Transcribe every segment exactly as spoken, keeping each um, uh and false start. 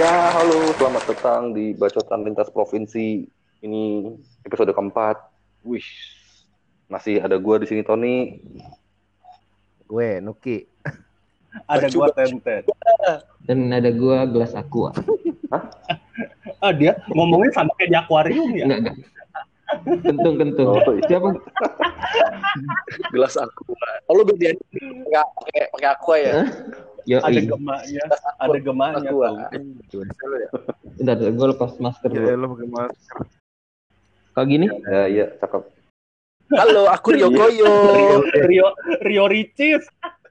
Ya, halo, selamat datang di Bacotan Lintas Provinsi. Ini episode keempat. Wih, masih ada gua di sini, Tony. Gue Nuki. Ada gua Tenten. Dan ada gua gelas aqua. Hah? Ah dia ngomongnya sama kayak di akuarium ya? Enggak, enggak. Kentung, kentung. Oh, iya. Siapa? Gelas aqua. Oh, lu gantian enggak pakai pakai aqua ya? Yo, Ada gemaknya, ada gemaknya Aqua. tuh. Bentar, gue lepas masker dulu. Ya lo pakai masker. Kalau gini? Ya, iya, cakep. Halo, aku Rio Koyo. Rio Rio Rio Ricis.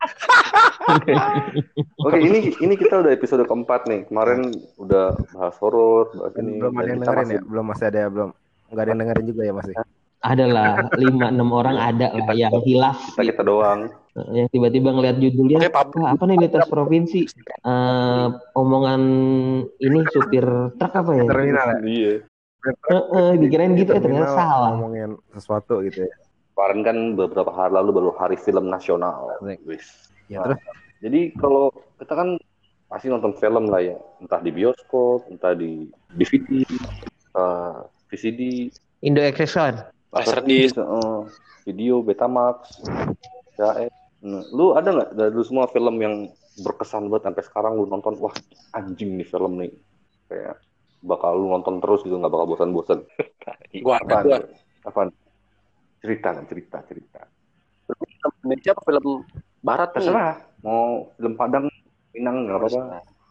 Oke, ini ini kita udah episode keempat nih. Kemarin udah bahas horor, bahas ini. Belum ada Dan yang kita dengerin masih- ya? Belum masih ada ya? Belum. Enggak ada yang dengerin juga ya masih. Ada lah, lima enam orang ada lah yang hilaf. Kita kita doang. Yang tiba-tiba ngeliat judulnya, Oke, Pak. wah apa nih lintas provinsi? Eh, omongan ini supir truk apa ya? Terminal ya? Iya. Eh, eh, dikirain gitu, eh, ternyata Terminal salah. ngomongin sesuatu gitu ya. Kemarin kan beberapa hari lalu baru Hari Film Nasional. Baik. Wis. Ya Nah, terus Jadi kalau kita kan pasti nonton film lah ya, entah di bioskop, entah di D V D, uh, V C D, Indo Exxon. Laserdisc, uh, video, Betamax, V H S. Nah, lu ada nggak dari lu semua film yang berkesan banget sampai sekarang lu nonton, wah anjing nih film nih, kayak bakal lu nonton terus gitu, nggak bakal bosan-bosan. Gua ada Apaan? gua. Apaan? Cerita, cerita, cerita. Film Indonesia apa film barat nih? Terserah, mau film Padang, Minang nggak apa-apa.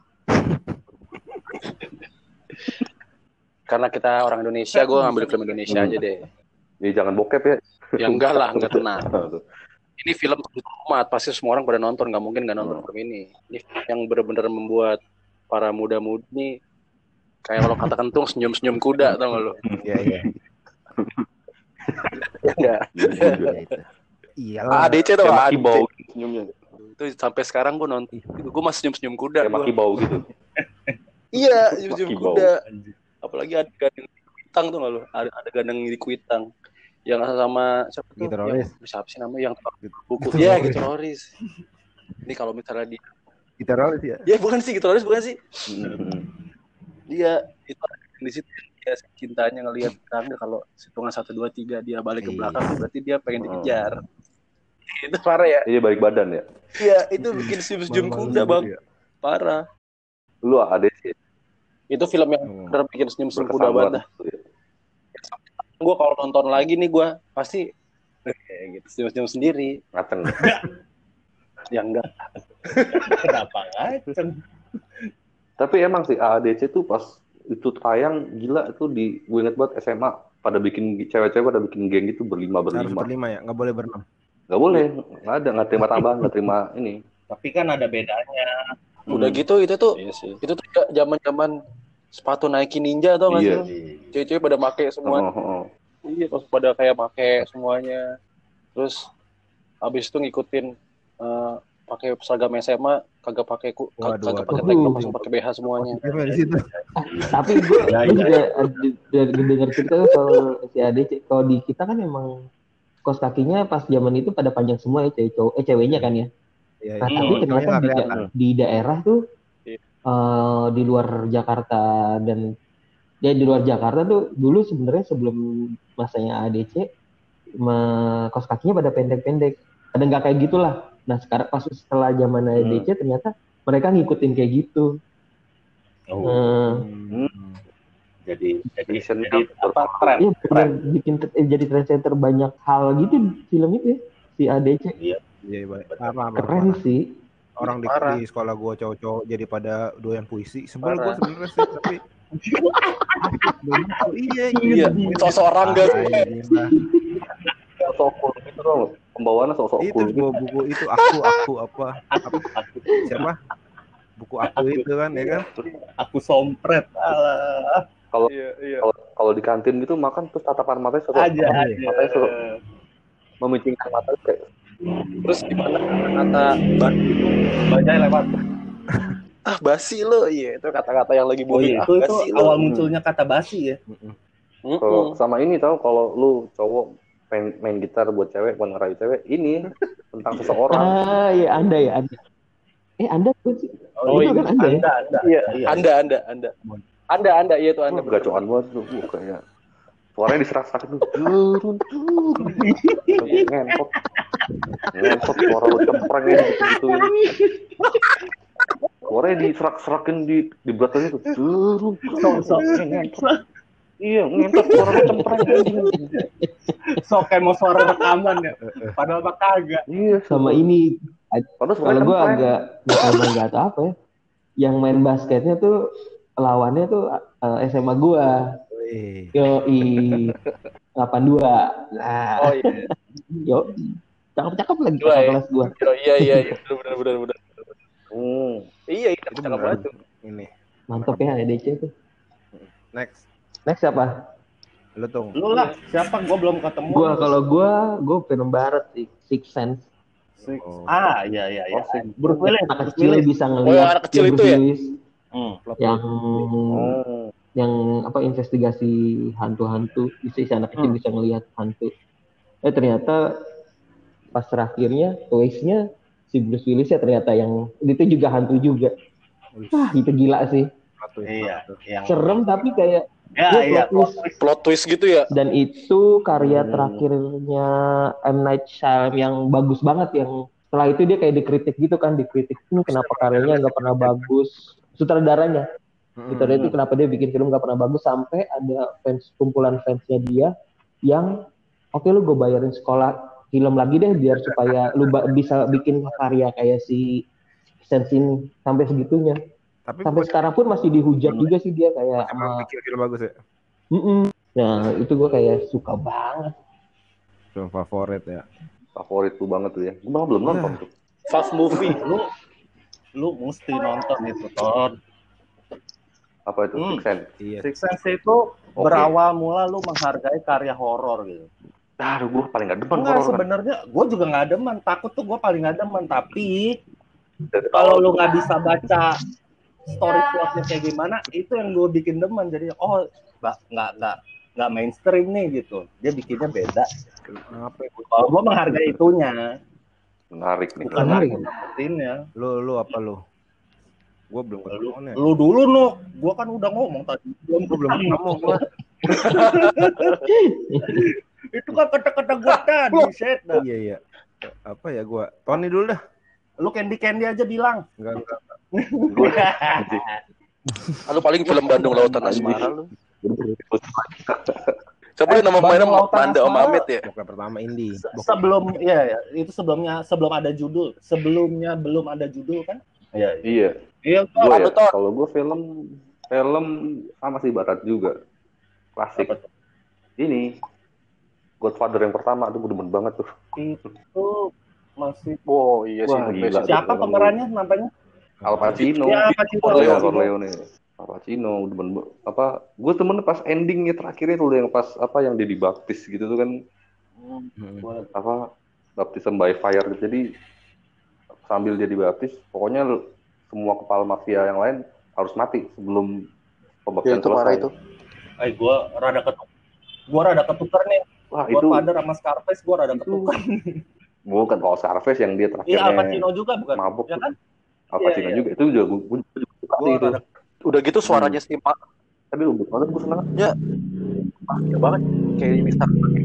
Karena kita orang Indonesia, gua ngambil film Indonesia aja deh. Ya jangan bokep ya. Ya enggak lah, enggak tenang. Ini film umat, pasti semua orang pada nonton, nggak mungkin nggak nonton film ini. Ini film yang benar-benar membuat para muda-mudi nih kayak kalau kata kentung senyum-senyum kuda, tau nggak lo? iya iya. Ya enggak. Iya itu. Iyalah. A D C tuh, Kayak A maki D C. bau senyumnya. Itu sampai sekarang gua nonton, gua masih senyum-senyum kuda. Kayak gua. maki bau gitu. Iya, senyum-senyum Maki bau. kuda. Apalagi adegan yang di Kuitang tuh nggak lo? Ada adegan yang di Kuitang. Yang sama siapa tuh? Gitu, teroris. Yang, siapa sih namanya? Yang buku. Gitu, Iya, teroris. gitu teroris. Ini kalau misalnya dia, Kita rolis ya. ya bukan sih gitu teroris, bukan sih? Hmm. Dia itu adegan di situ dia cintanya ngelihat tangga kalau hitungan satu dua tiga dia balik ke Iya. belakang berarti dia pengen dikejar. Itu parah ya? Jadi balik badan ya. Iya, itu bikin senyum-senyum kuda, Bang. Ya. Parah. Lu A D C. Itu film yang Hmm. benar bikin senyum-senyum Berkesan kuda banget dah. banget. Gue kalau nonton lagi nih gue pasti eh, kayak gitu senyum-senyum sendiri. Ngaceng. Ya enggak. Kenapa ngaceng? Tapi emang sih A D C tuh pas itu tayang gila itu di gue inget banget S M A pada bikin cewek-cewek pada bikin geng gitu berlima Harus berlima. berlima ya, nggak boleh berenam. Gak boleh, nggak ada, nggak terima tambahan, nggak terima ini. Tapi kan ada bedanya. Udah gitu itu tuh Iya sih. itu tuh zaman-zaman sepatu Nike Ninja tau nggak Iya. sih? Cewek-cewek pada make semua. Oh, oh, oh. Iya, terus pada kayak make semuanya. Terus habis itu ngikutin eh, pakai seragam S M A, kagak pakai ku, kag- Waduh, kagak pakai waduh. tank top, langsung pakai B H semuanya. Positifnya di situ. Tapi gue Ya, gue ya, juga ada dengar cerita tuh soal si A D C. Kalau di kita kan emang kos kakinya pas zaman itu pada panjang semua ya cewek cowok, eh ceweknya kan ya. Iya, Nah, iya. tapi Cowoknya ternyata nggak di, kelihatan. di daerah tuh Iya. eh, di luar Jakarta dan ya di luar Jakarta tuh dulu sebenarnya sebelum masanya A D C me- kos kakinya pada pendek-pendek. Ada nggak kayak gitulah. Nah sekarang pas setelah zaman A D C ternyata mereka ngikutin kayak gitu. Oh, Eh, Hmm. jadi jadi Fashion jadi beat, apa tren? Iya benar bikin eh, jadi trendsetter banyak hal gitu di film itu ya, si A D C. Iya, baik. Parah, parah, Keren parah. sih. Orang di, Parah. di sekolah gua cowok-cowok jadi pada doyan puisi. Sebel gua Parah. sebenarnya sih, tapi oh, iya, Iya, sosok orang gak Ah, iya, iya. Sok cool gitu dong. Pembawaannya sok-sok Itu cool gitu. gua buku itu aku aku apa apa siapa buku aku itu kan ya kan Aku sompret. Alah. Iya, iya. Kalau kalau di kantin gitu makan terus tatapan matanya sok Aja Apa aja. matanya sok memicingkan mata kayak Terus gimana kata basi itu bajai lewat. Ah basi lo, iya itu kata-kata yang lagi Oh booming. iya, Ah itu itu basi lo. awal munculnya kata basi ya. Mm-mm. kalau Mm-mm. sama ini tahu kalau lu cowok main, main gitar buat cewek buat ngerayu cewek ini tentang seseorang. Ah ya Anda ya Anda. Eh Anda tuh sih. Oh, itu iya. kan anda ya? Anda, anda. Iya, Iya. anda, anda, anda, anda, anda, iya tuh anda. Wah, gacoan banget tuh. Wah, kayak suaranya diserak-serak itu. Turun, turun. Ngentot. Ngentot suara lu cemprengnya gitu-gituin. Suaranya diserak-serakin di di belakangnya tuh. Turun, Sok, sok. ngentot. Iya, ngentot suara lu cempreng anjing. Sok kayak mau suara rekaman ya. Padahal mah kagak. Iya, Sama ini Padahal kalau suaranya gue cempreng. agak bukan bangga atau apa ya, yang main basketnya tuh lawannya tuh uh, S M A gue. Wih. Yoi delapan dua. Nah, Oh iya. yo cakep-cakep lagi Dua, kakak ya? kelas gue. Oh, iya, iya, iya, benar, benar, benar. Hmm. Iya, itu Itu cakep beneran. banget tuh. Ini. Mantap ya A D C tuh. Next. Next siapa? Lu Tung. Lu lah, siapa? Gua belum ketemu. Gua kalau gua gua film barat sih, Six Sense. Six. Oh. Ah, iya iya iya. Oh, Six. Bruce Willis. Anak Bruce kecil Willis. bisa Oh, ngelihat anak kecil Bruce itu ya? Willis Hmm. yang Oh. yang apa investigasi hantu-hantu, bisa si anak kecil Hmm. bisa ngelihat hantu. Eh ternyata pas terakhirnya twist-nya si Bruce Willis ya ternyata yang itu juga hantu juga. Wih. Wah, itu gila sih. Satu, Iya, satu. yang Serem tapi kayak Ya, Iya, iya. plot twist. Plot twist gitu ya. Dan itu karya Hmm. terakhirnya M. Night Shyamalan yang bagus banget, yang setelah itu dia kayak dikritik gitu kan, dikritik ini kenapa karyanya nggak pernah bagus, sutradaranya Hmm. sutradara itu kenapa dia bikin film nggak pernah bagus, sampai ada fans kumpulan fansnya dia yang oke lu gue bayarin sekolah film lagi deh biar supaya lu ba- bisa bikin karya kayak si Sense ini, sampai segitunya. Tapi Sampai bukan sekarang pun masih dihujat juga sih dia kayak emang sama bikin film bagus ya. Mm-mm. Nah itu gue kayak suka banget. Film favorit ya. Favorit tuh banget tuh ya. Gue malah belum nonton tuh. Five movie. lu lu mesti nonton itu, Ton. Apa itu? Hmm. Six Sense. Iya. Six Sense itu Oke. berawal mula lu menghargai karya horor gitu. Aduh, gue paling gak demen Enggak, horor kan. sebenarnya gue juga nggak demen, takut tuh gue paling nggak demen, tapi kalau lu nggak bisa baca story plotnya kayak gimana, itu yang gue bikin demen. Jadi oh nggak nggak nggak nggak mainstream nih gitu, dia bikinnya beda. Apa ya? Kalau gue menghargai itunya, Menarik nih. bukan Menarik. dapetinnya. Lu lu apa lu? Gua belum Lu, ketemu nih. lu dulu no, gue kan udah ngomong tadi belum Gua belum ketemu gua. Itu kan kata-kata gue tadi, set dah. Iya iya. Apa ya gua? Tony dulu dah. Lu candy candy aja bilang. Enggak enggak. Lalu paling film Bandung Lautan Asmara lu. Coba lu nama pemainnya Bandung Lautan Manda Om Asmara. Amit ya. Bukan pertama indie. Se- sebelum ya, ya itu sebelumnya sebelum ada judul sebelumnya belum ada judul kan. Iya Iya. iya Gue Apa ya, tuh? kalau gue film film sama sih barat juga. Klasik. Apa tuh? Ini Godfather yang pertama tuh gue demen banget tuh. Itu masih Oh iya sih. Wah, the gila best. tuh. siapa pemerannya namanya Al Pacino. ya apa sih Corleone, Corleone. Al Pacino demen ba- apa? Gue temen pas endingnya terakhirnya tuh yang pas apa yang dia dibaptis gitu tuh kan, Hmm. apa baptism by fire. Jadi sambil dia dibaptis, pokoknya l- semua kepala mafia yang lain harus mati sebelum Ya, pembaptisan itu parah selesai. itu. eh gue rada ketuk gue rada ketukar nih Wah gue itu father sama Scarface gue rada itu ketukar bukan kalau Scarface yang dia iya Al terakhirnya Pacino juga bukan mabuk ya tuh. kan Al Iya, Pacino iya. juga itu juga gue gue juga suka gue sih itu. rada Udah gitu suaranya si Pak. Tapi lembut banget gue seneng. Ya banget kayak Mister.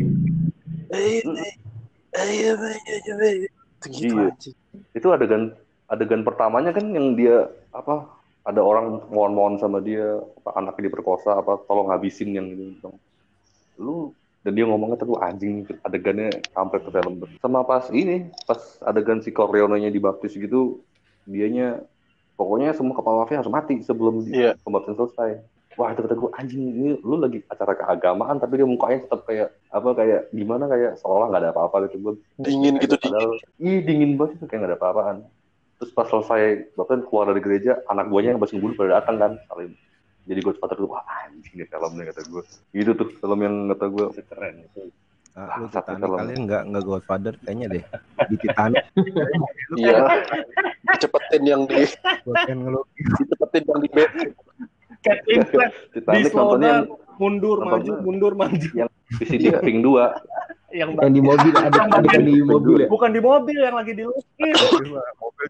Gitu Iya. anjing. Itu adegan adegan pertamanya kan yang dia apa ada orang mohon-mohon sama dia apa anaknya diperkosa apa tolong habisin yang ini dong. Lu dan dia ngomongnya terus anjing adegannya kampret tuh film tuh. Sama pas ini pas adegan si Corleone-nya dibaptis gitu dianya pokoknya semua kepala mafia harus mati sebelum di- Iya. pembaptisan selesai. Wah itu kata gue anjing ini lu lagi acara keagamaan tapi dia mukanya tetap kayak apa kayak gimana kayak seolah nggak ada apa-apa gitu gue Dingin gitu, padahal ih dingin banget itu kayak nggak ada apa-apaan. Terus pas selesai bahkan keluar dari gereja anak buahnya yang masih bulu pada datang kan saling jadi Godfather tuh wah anjing nih filmnya kata gue gitu tuh film yang kata gue keren itu. Ah, lu Satu Titanic film. kalian enggak enggak Godfather kayaknya deh. Di Titanic Iya. Cepetin yang di gua pengen ngeluh. cepetin yang di Kate Winslet di Titanic nontonnya yang slowdown mundur nontonnya- maju mundur maju V C D Pink dua. yang Yang di mobil ada adegan di mobil ya. bukan di mobil yang lagi dilukis Mobil cuma ada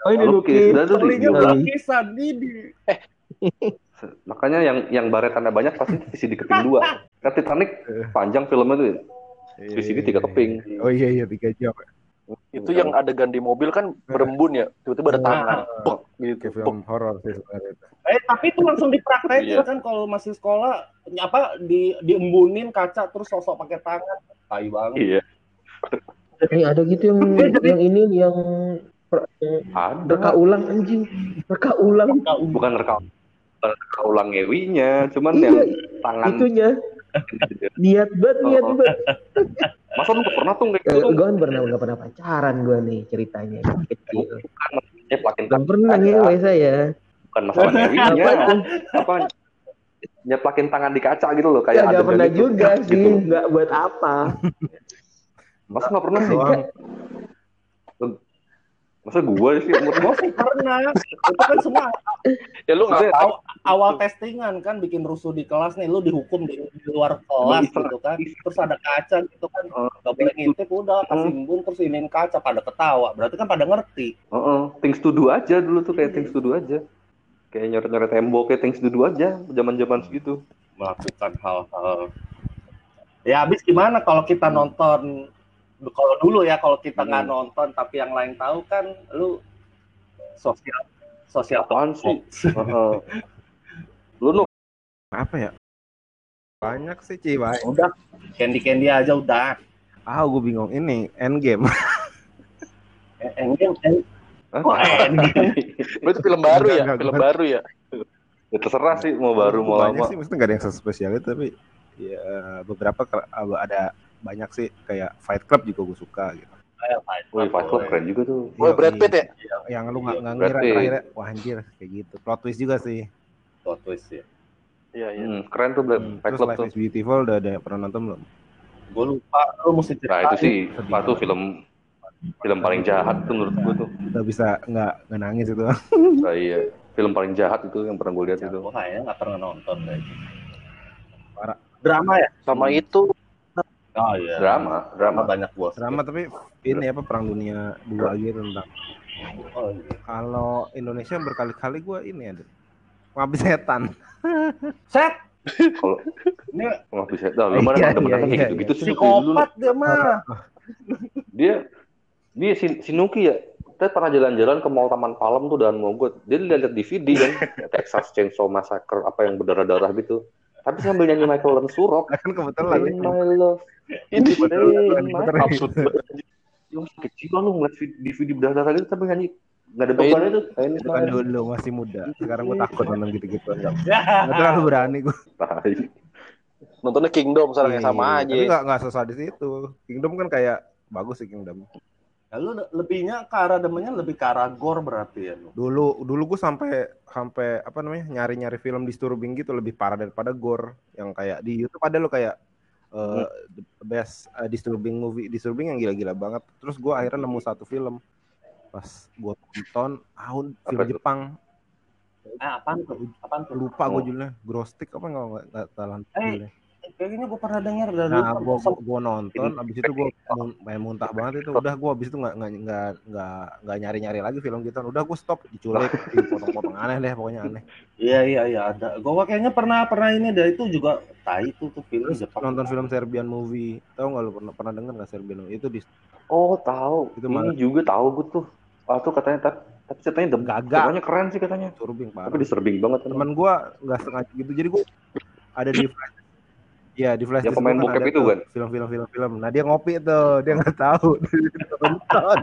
Oh ini Lukis, lukis. udah tuh di- Belinya Iya. lukisan ini. Makanya yang yang baretannya banyak pasti V C D keping dua. Kan Titanic panjang filmnya tuh ya. V C D tiga keping. Oh iya iya tiga jam. Itu yang adegan di mobil kan berembun ya, tiba-tiba ada tangan, Bek, gitu. Kayak film horor sih sebenarnya itu. Eh tapi itu langsung dipraktekin Iya. kan kalau masih sekolah apa di diembunin kaca terus sosok pakai tangan. Tai banget. Iya. Eh ada gitu yang yang ini yang per- yang Ada. reka ulang anjing. Reka ulang. Bukan rekam. Bukan reka ulang ngewinya, cuman Iya, yang tangan. itunya. Niat banget, niat Oh. banget. Masa lu gak pernah tuh kayak Eh, gitu? gue kan pernah nggak pernah pacaran gue nih ceritanya kecil. Ya plakin Belum pernah ngewe saya. Bukan masalah ngewinya. Apa itu? Apa? Nyeplakin tangan di kaca gitu loh Ya kayak nggak adegan pernah itu. juga Gitu. sih, nggak buat apa. Masa nggak pernah sih? Doang. Masa gue sih umur Gue sih pernah. Itu kan semua Ya lu nggak Maksudnya, tahu. awal testingan kan bikin rusuh di kelas nih, lu dihukum di, di luar kelas Emang gitu kan. Terus ada kaca gitu kan. Oh. Gak boleh ngintip udah kasih embun terus iniin kaca pada ketawa. Berarti kan pada ngerti. Heeh, things to do aja dulu tuh kayak things to do aja. Kayak nyoret-nyoret tembok kayak things to do aja zaman-zaman segitu. Melakukan hal-hal. Ya habis gimana kalau kita nonton, kalau dulu ya kalau kita nggak Hmm. nonton tapi yang lain tahu kan lu sosial sosial Apaan sih? Heeh. Lu nu Apa ya? Banyak sih Ci, banyak. udah candy candy aja udah. Ah, gue bingung ini Endgame. Eh, Endgame, end- oh, endgame. Itu film baru ya, Enggak, enggak, film gua- baru ya. ya terserah sih mau baru mau banyak lama. sih, maksudnya nggak ada yang spesial itu, tapi ya beberapa ke- ada banyak sih kayak Fight Club juga gue suka gitu. Ayo, Fight Wih, Fight Club Club, keren juga tuh. Oh, Brad Pitt ya? Yang lu nggak nggak Brad ngira Pitt. terakhirnya, wah anjir kayak gitu. Plot twist juga sih. Plot twist ya. Iya, iya. Hmm, keren tuh Brad Hmm, Fight Terus Club Life tuh. is Beautiful udah ada pernah nonton belum? Gue lupa, lu mesti Nah ceritain. itu sih, Sedih itu banget. film film paling jahat tuh menurut gue tuh. Udah bisa nggak nggak nangis itu. Nah, iya, film paling jahat itu yang pernah gue lihat itu. Gue kayaknya nggak pernah nonton kayaknya. Parah. Drama ya? Sama itu Oh iya. Drama, Drama drama. banyak bos. Drama tapi ini apa Perang Dunia dua gitu tentang. Oh, iya. Kalau Indonesia berkali-kali gue ini ada Pengabdi Setan. Set. Kalau Ini nggak bisa, dah lu mana Iya, demen iya, kayak iya, gitu-gitu sih. dulu. psikopat dia mah. Dia dia si, si Nuki ya. Kita pernah jalan-jalan ke Mall Taman Palem tuh dan mogot. Dia lihat-lihat D V D kan, Texas Chainsaw Massacre apa yang berdarah-darah gitu. Tapi sambil nyanyi Michael Learns to Rock. Kan kebetulan In my love. ini In my Bener. absurd banget. Yang kecil kan lu ngeliat D V D berdarah gitu tapi nyanyi nggak ada beban itu. In itu kan my dulu masih muda. Sekarang gue takut nonton gitu-gitu. Nggak Ya. nggak terlalu berani gue. Tai. Nontonnya Kingdom sekarang yang sama aja. Tapi nggak nggak sesadis itu. Kingdom kan kayak bagus sih Kingdom. Ya, lu lebihnya ke arah demennya lebih ke arah gore berarti ya lu. Dulu dulu gue sampai sampai apa namanya nyari-nyari film disturbing gitu lebih parah daripada gore yang kayak di YouTube ada lo kayak uh, the best uh, disturbing movie disturbing yang gila-gila banget. Terus gue akhirnya nemu satu film pas gue tonton tahun film Apa itu? Jepang Ah, apaan tuh? Apaan tuh? lupa Oh. gue judulnya Grostik apa nggak nggak nggak tahu Eh, judulnya. Kayaknya gue pernah dengar dari Nah, lu. gua, gua, gua nonton, abis itu gua mun- main muntah banget itu. Udah gua abis itu nggak nggak nggak nggak nggak nyari-nyari lagi film gitu. Udah gua stop, diculik, dipotong-potong aneh deh pokoknya aneh. Iya iya iya ada. Gue kayaknya pernah pernah ini deh itu juga tai itu tuh film Terus Jepang. nonton film Serbian movie, tahu nggak lu pernah pernah denger nggak Serbian movie? Itu di Oh tahu. Itu Ini mana? juga tahu gue tuh. Ah tuh katanya tapi, tapi ceritanya dem. Gagak. Ceritanya keren sih katanya. disturbing parah. Tapi disturbing banget kan. Temen gua nggak sengaja gitu, jadi gua ada di flash. Iya di flash Yang disk pemain gua bokep ada itu tuh kan? film-film film-film. Nah dia ngopi tuh, dia nggak tahu. Nonton.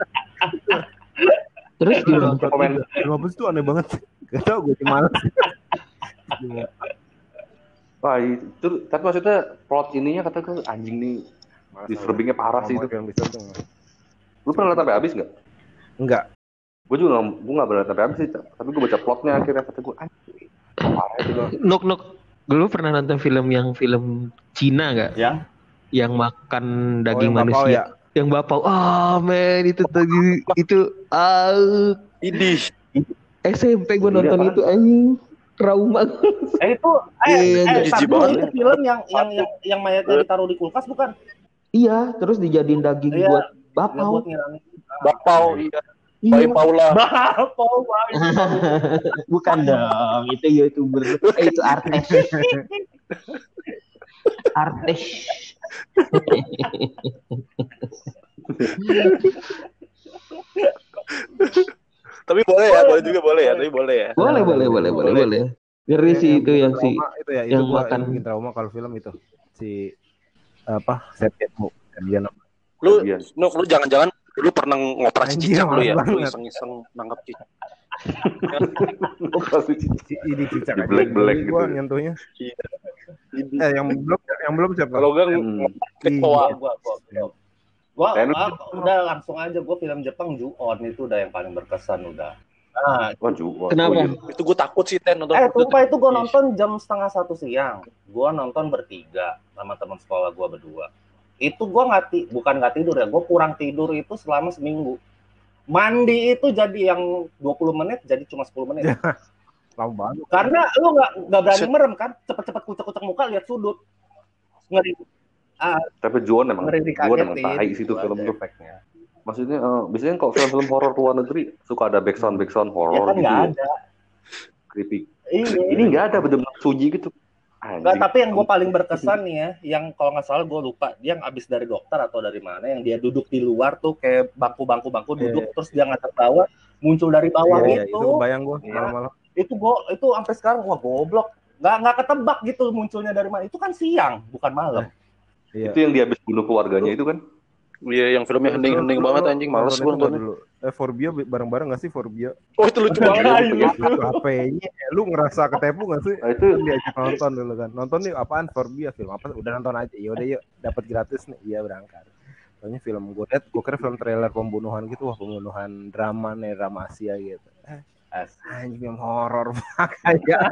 Terus gimana? Yang pemain Film apa sih tuh aneh banget. Gak tau gue cuma males. Gila. Wah, itu tapi maksudnya plot ininya kata gue anjing nih. Disturbingnya parah sih itu. Film disturbing. Lu pernah lihat sampai habis nggak? Enggak. Gue juga nggak, gue nggak pernah lihat sampai habis sih. Tapi gue baca plotnya akhirnya kata gue anjing. Parah itu. Nuk nuk. Dulu pernah nonton film yang film Cina nggak? Ya. Yang makan daging yang bapau manusia. ya? Yang bapau. Ah men itu tadi itu ah Idih. S M P gue Iya, nonton apaan? itu anjing trauma. Eh itu eh, Iya, eh jijik tar dulu, banget. itu film yang yang yang, yang mayatnya ditaruh di kulkas bukan? Iya, terus dijadiin daging Iya. buat Ya, bapau. buat ngilangin. Bapau iya. Bayi Paula. Paula. Bukan dong, itu YouTuber. Eh, itu artis. Artis. Tapi boleh ya, boleh juga boleh ya, tapi boleh ya. Boleh, boleh, boleh, boleh, boleh. Ngeri sih itu yang si itu ya, itu yang gua makan. yang bikin trauma kalau film itu si apa Septian Septian Lu, Nuk, lu jangan-jangan lu pernah ngoperasi Anjir, cicak lu ya? malas Lu banget. iseng-iseng nangkap cicak. Operasi cicak. ini cicak Di aja. black-black Gua gitu. nyentuhnya. Iya. Eh yang belum yang belum siapa? Kalau enggak Hmm. kecoa. Gua, gua, gua, gua, Kayaknya ah, udah langsung aja gua film Jepang Ju-on itu udah yang paling berkesan udah. Nah, Wah, Ju. Kenapa? Itu gue takut sih Ten nonton. eh tumpah itu gua nonton jam setengah satu siang. Gua nonton bertiga sama teman sekolah gua berdua. Itu gua nggak ti- bukan nggak tidur ya, gua kurang tidur itu selama seminggu. Mandi itu jadi yang dua puluh menit jadi cuma sepuluh menit. Lama banget. Karena lu nggak nggak berani Set. merem kan, cepet-cepet kucek-kucek muka lihat sudut. Ngeri. Ah, Tapi Juon emang, ngeri Juon emang dikagetin. tai sih itu Itu film aja tuh. efeknya. Maksudnya eh, biasanya kalau film-film horor luar negeri suka ada background background Ya horor kan gitu nggak ya. ada. Creepy. Iya. Ini nggak ada bener-bener sunyi gitu. Nggak, Anjing. tapi yang gue paling berkesan nih ya, yang kalau nggak salah gue lupa, dia yang abis dari dokter atau dari mana, yang dia duduk di luar tuh kayak bangku-bangku-bangku duduk, terus dia ngadep bawah, muncul dari bawah Iya, iya, itu, itu kebayang gua Iya. malam-malam. itu gue itu sampai sekarang wah goblok, nggak nggak ketebak gitu munculnya dari mana, itu kan siang bukan malam. Iya. Itu yang dia habis bunuh keluarganya itu kan. Iya, yang filmnya hening-hening banget anjing, males gue nontonnya. Dulu. Eh Forbia bareng-bareng nggak sih Forbia? Oh, itu lucu banget. Iya, Itu H P-nya, lu ngerasa ketipu nggak sih? Nah, itu Kan diajak nonton dulu kan. Nonton nih apaan Forbia film apa? Udah nonton aja. Ya udah yuk, dapat gratis nih. Iya berangkat. Soalnya film gue liat, gue kira film trailer pembunuhan gitu, wah pembunuhan drama nih, drama Asia gitu. Eh, anjing film horor kayak.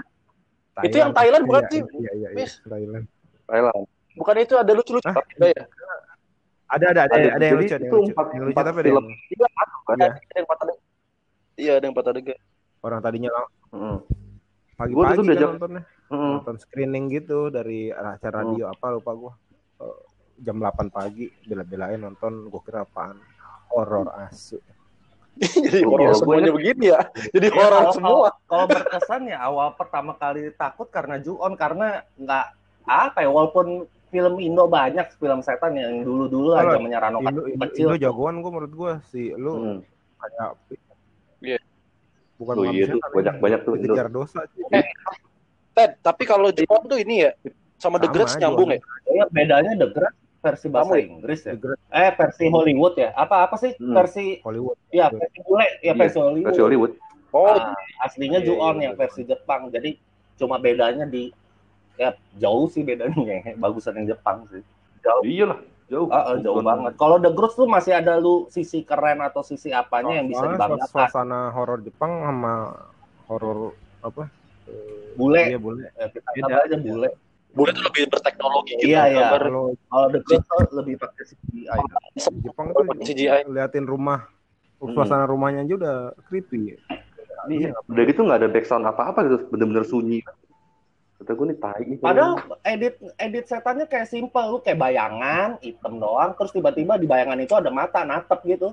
Itu yang Thailand bukan sih? Iya iya iya, Thailand. Thailand. Bukan itu ada lucu-lucu Hah? ada ya? Ada ada ada Ada, ada yang jadi lucu, ada itu yang lucu. empat- Yang lucu empat tapi ada film. yang Iya, ada Iya. yang empat adegan. Iya, ada yang empat adegan. orang tadinya lang- Heeh. Gua pagi-pagi tuh kan diajak- nontonnya. Heeh. Nonton screening gitu dari acara Hmm. radio apa lupa gua. Eh, jam delapan pagi bela-belain nonton, gua kira apaan horor asu. Jadi Oh, horor iya, semuanya gua begini ya. Jadi Ya, horor kalau- semua. Kalau berkesan ya awal pertama kali takut karena Ju-on, karena nggak apa ya, walaupun film Indo banyak film setan yang dulu-dulu Kalau aja menyerano Indo, Indo, kecil. Indo jagoan gua menurut gua si lu Hmm. kayak Iya. bukan Oh iya manusia tuh kan, banyak-banyak tuh Indo. dikejar dosa sih. Eh, Ted, tapi kalau Jepang tuh ini ya sama The Sama, Grudge nyambung ya? Ya bedanya The Grudge versi bahasa Kamu ya? Inggris ya. The Grudge Eh versi Hollywood ya. Apa apa sih Hmm. versi Hollywood. ya versi bule ya Iya, versi Hollywood. Versi Hollywood. Oh, Nah, aslinya Iya, Ju-on iya, yang betul. versi Jepang. Jadi cuma bedanya di ya jauh sih bedanya. Bagusan yang Jepang sih. Jauh. Iyalah, jauh. Ah, ah, jauh Bukan- banget. Kalau The Grudge tuh masih ada lu sisi keren atau sisi apanya yang bisa Soalnya dibanggakan. suasana horor Jepang sama horor apa? eh, Bule. Iya, bule. Ya, kita Beda, anggap aja beda. bule. bule tuh lebih berteknologi gitu. Iya, iya. Gambar Kalau Kalau The Grudge tuh lebih pakai C G I. di Jepang tuh C G I. liatin rumah, suasana rumahnya aja udah creepy. Iya, udah gitu nggak ada background apa-apa gitu, bener-bener sunyi. Kata gue nih tai nih. Padahal edit edit setannya kayak simple, lu kayak bayangan hitam doang, terus tiba-tiba di bayangan itu ada mata natep gitu.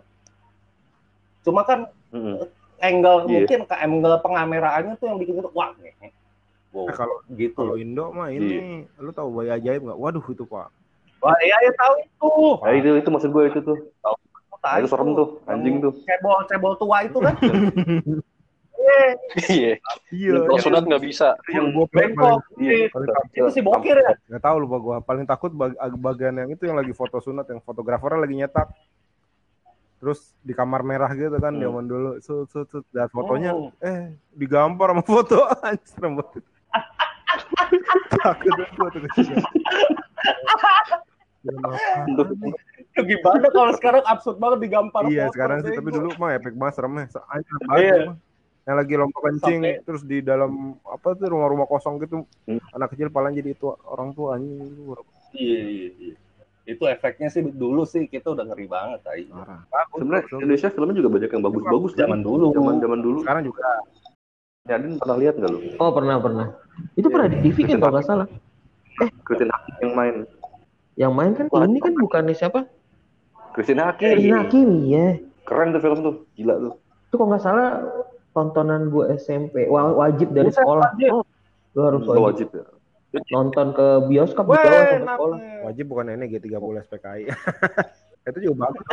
Cuma kan Heeh. angle Iya. mungkin ke angle pengameraannya tuh yang bikin itu wah nih. Wow, Nah, kalau gitu. kalau Indo mah ini, lu tahu bayi ajaib nggak? Waduh itu pak. Wah, iya ya tahu itu. Nah, itu itu maksud gue itu tuh. Tahu itu serem tuh, anjing tuh. Cebol cebol tua itu kan. Eh, Iya. Iya. Kalau sunat nggak bisa. Yang gue bengkok. Iya. paling Itu si bokir ya. nggak tahu lupa gue. Paling takut bag- bagian yang itu yang lagi foto sunat, yang fotografernya lagi nyetak. Terus di kamar merah gitu kan Hmm. zaman dulu. Sut sut sut. Dan fotonya Oh. eh digampar sama foto anjir serem banget. Takut gue tuh kecil. Film apaan nih? Itu gimana kalau sekarang absurd banget digampar Iya foto, sekarang sih, bego. tapi dulu mah epic banget seremnya. Anjir Iya. banget mah. Yang lagi lomba kencing, Sampai- terus di dalam apa tuh rumah-rumah kosong gitu, Hmm. anak kecil paling jadi itu orang tua anjing. Iya, iya, iya. Itu efeknya sih dulu sih kita udah ngeri banget tadi. Parah. Sebenarnya Indonesia filmnya juga banyak yang bagus-bagus. Zaman dulu. Zaman-zaman dulu. Sekarang juga Nyadin pernah lihat nggak lu? Oh pernah pernah. Itu pernah di T V kan kalau nggak salah. Christine Hakim yang main. Yang main kan ini kan bukannya siapa? Christine Hakim. Christine Hakim ya. Keren tuh film tuh, gila tuh. Itu kalau nggak salah tontonan gue S M P, wajib dari sekolah. Lu harus Wajib. wajib ya. nonton ke bioskop Weh, dibawa sama sekolah. Wajib bukan ini G tiga puluh S P K I. Itu juga bagus.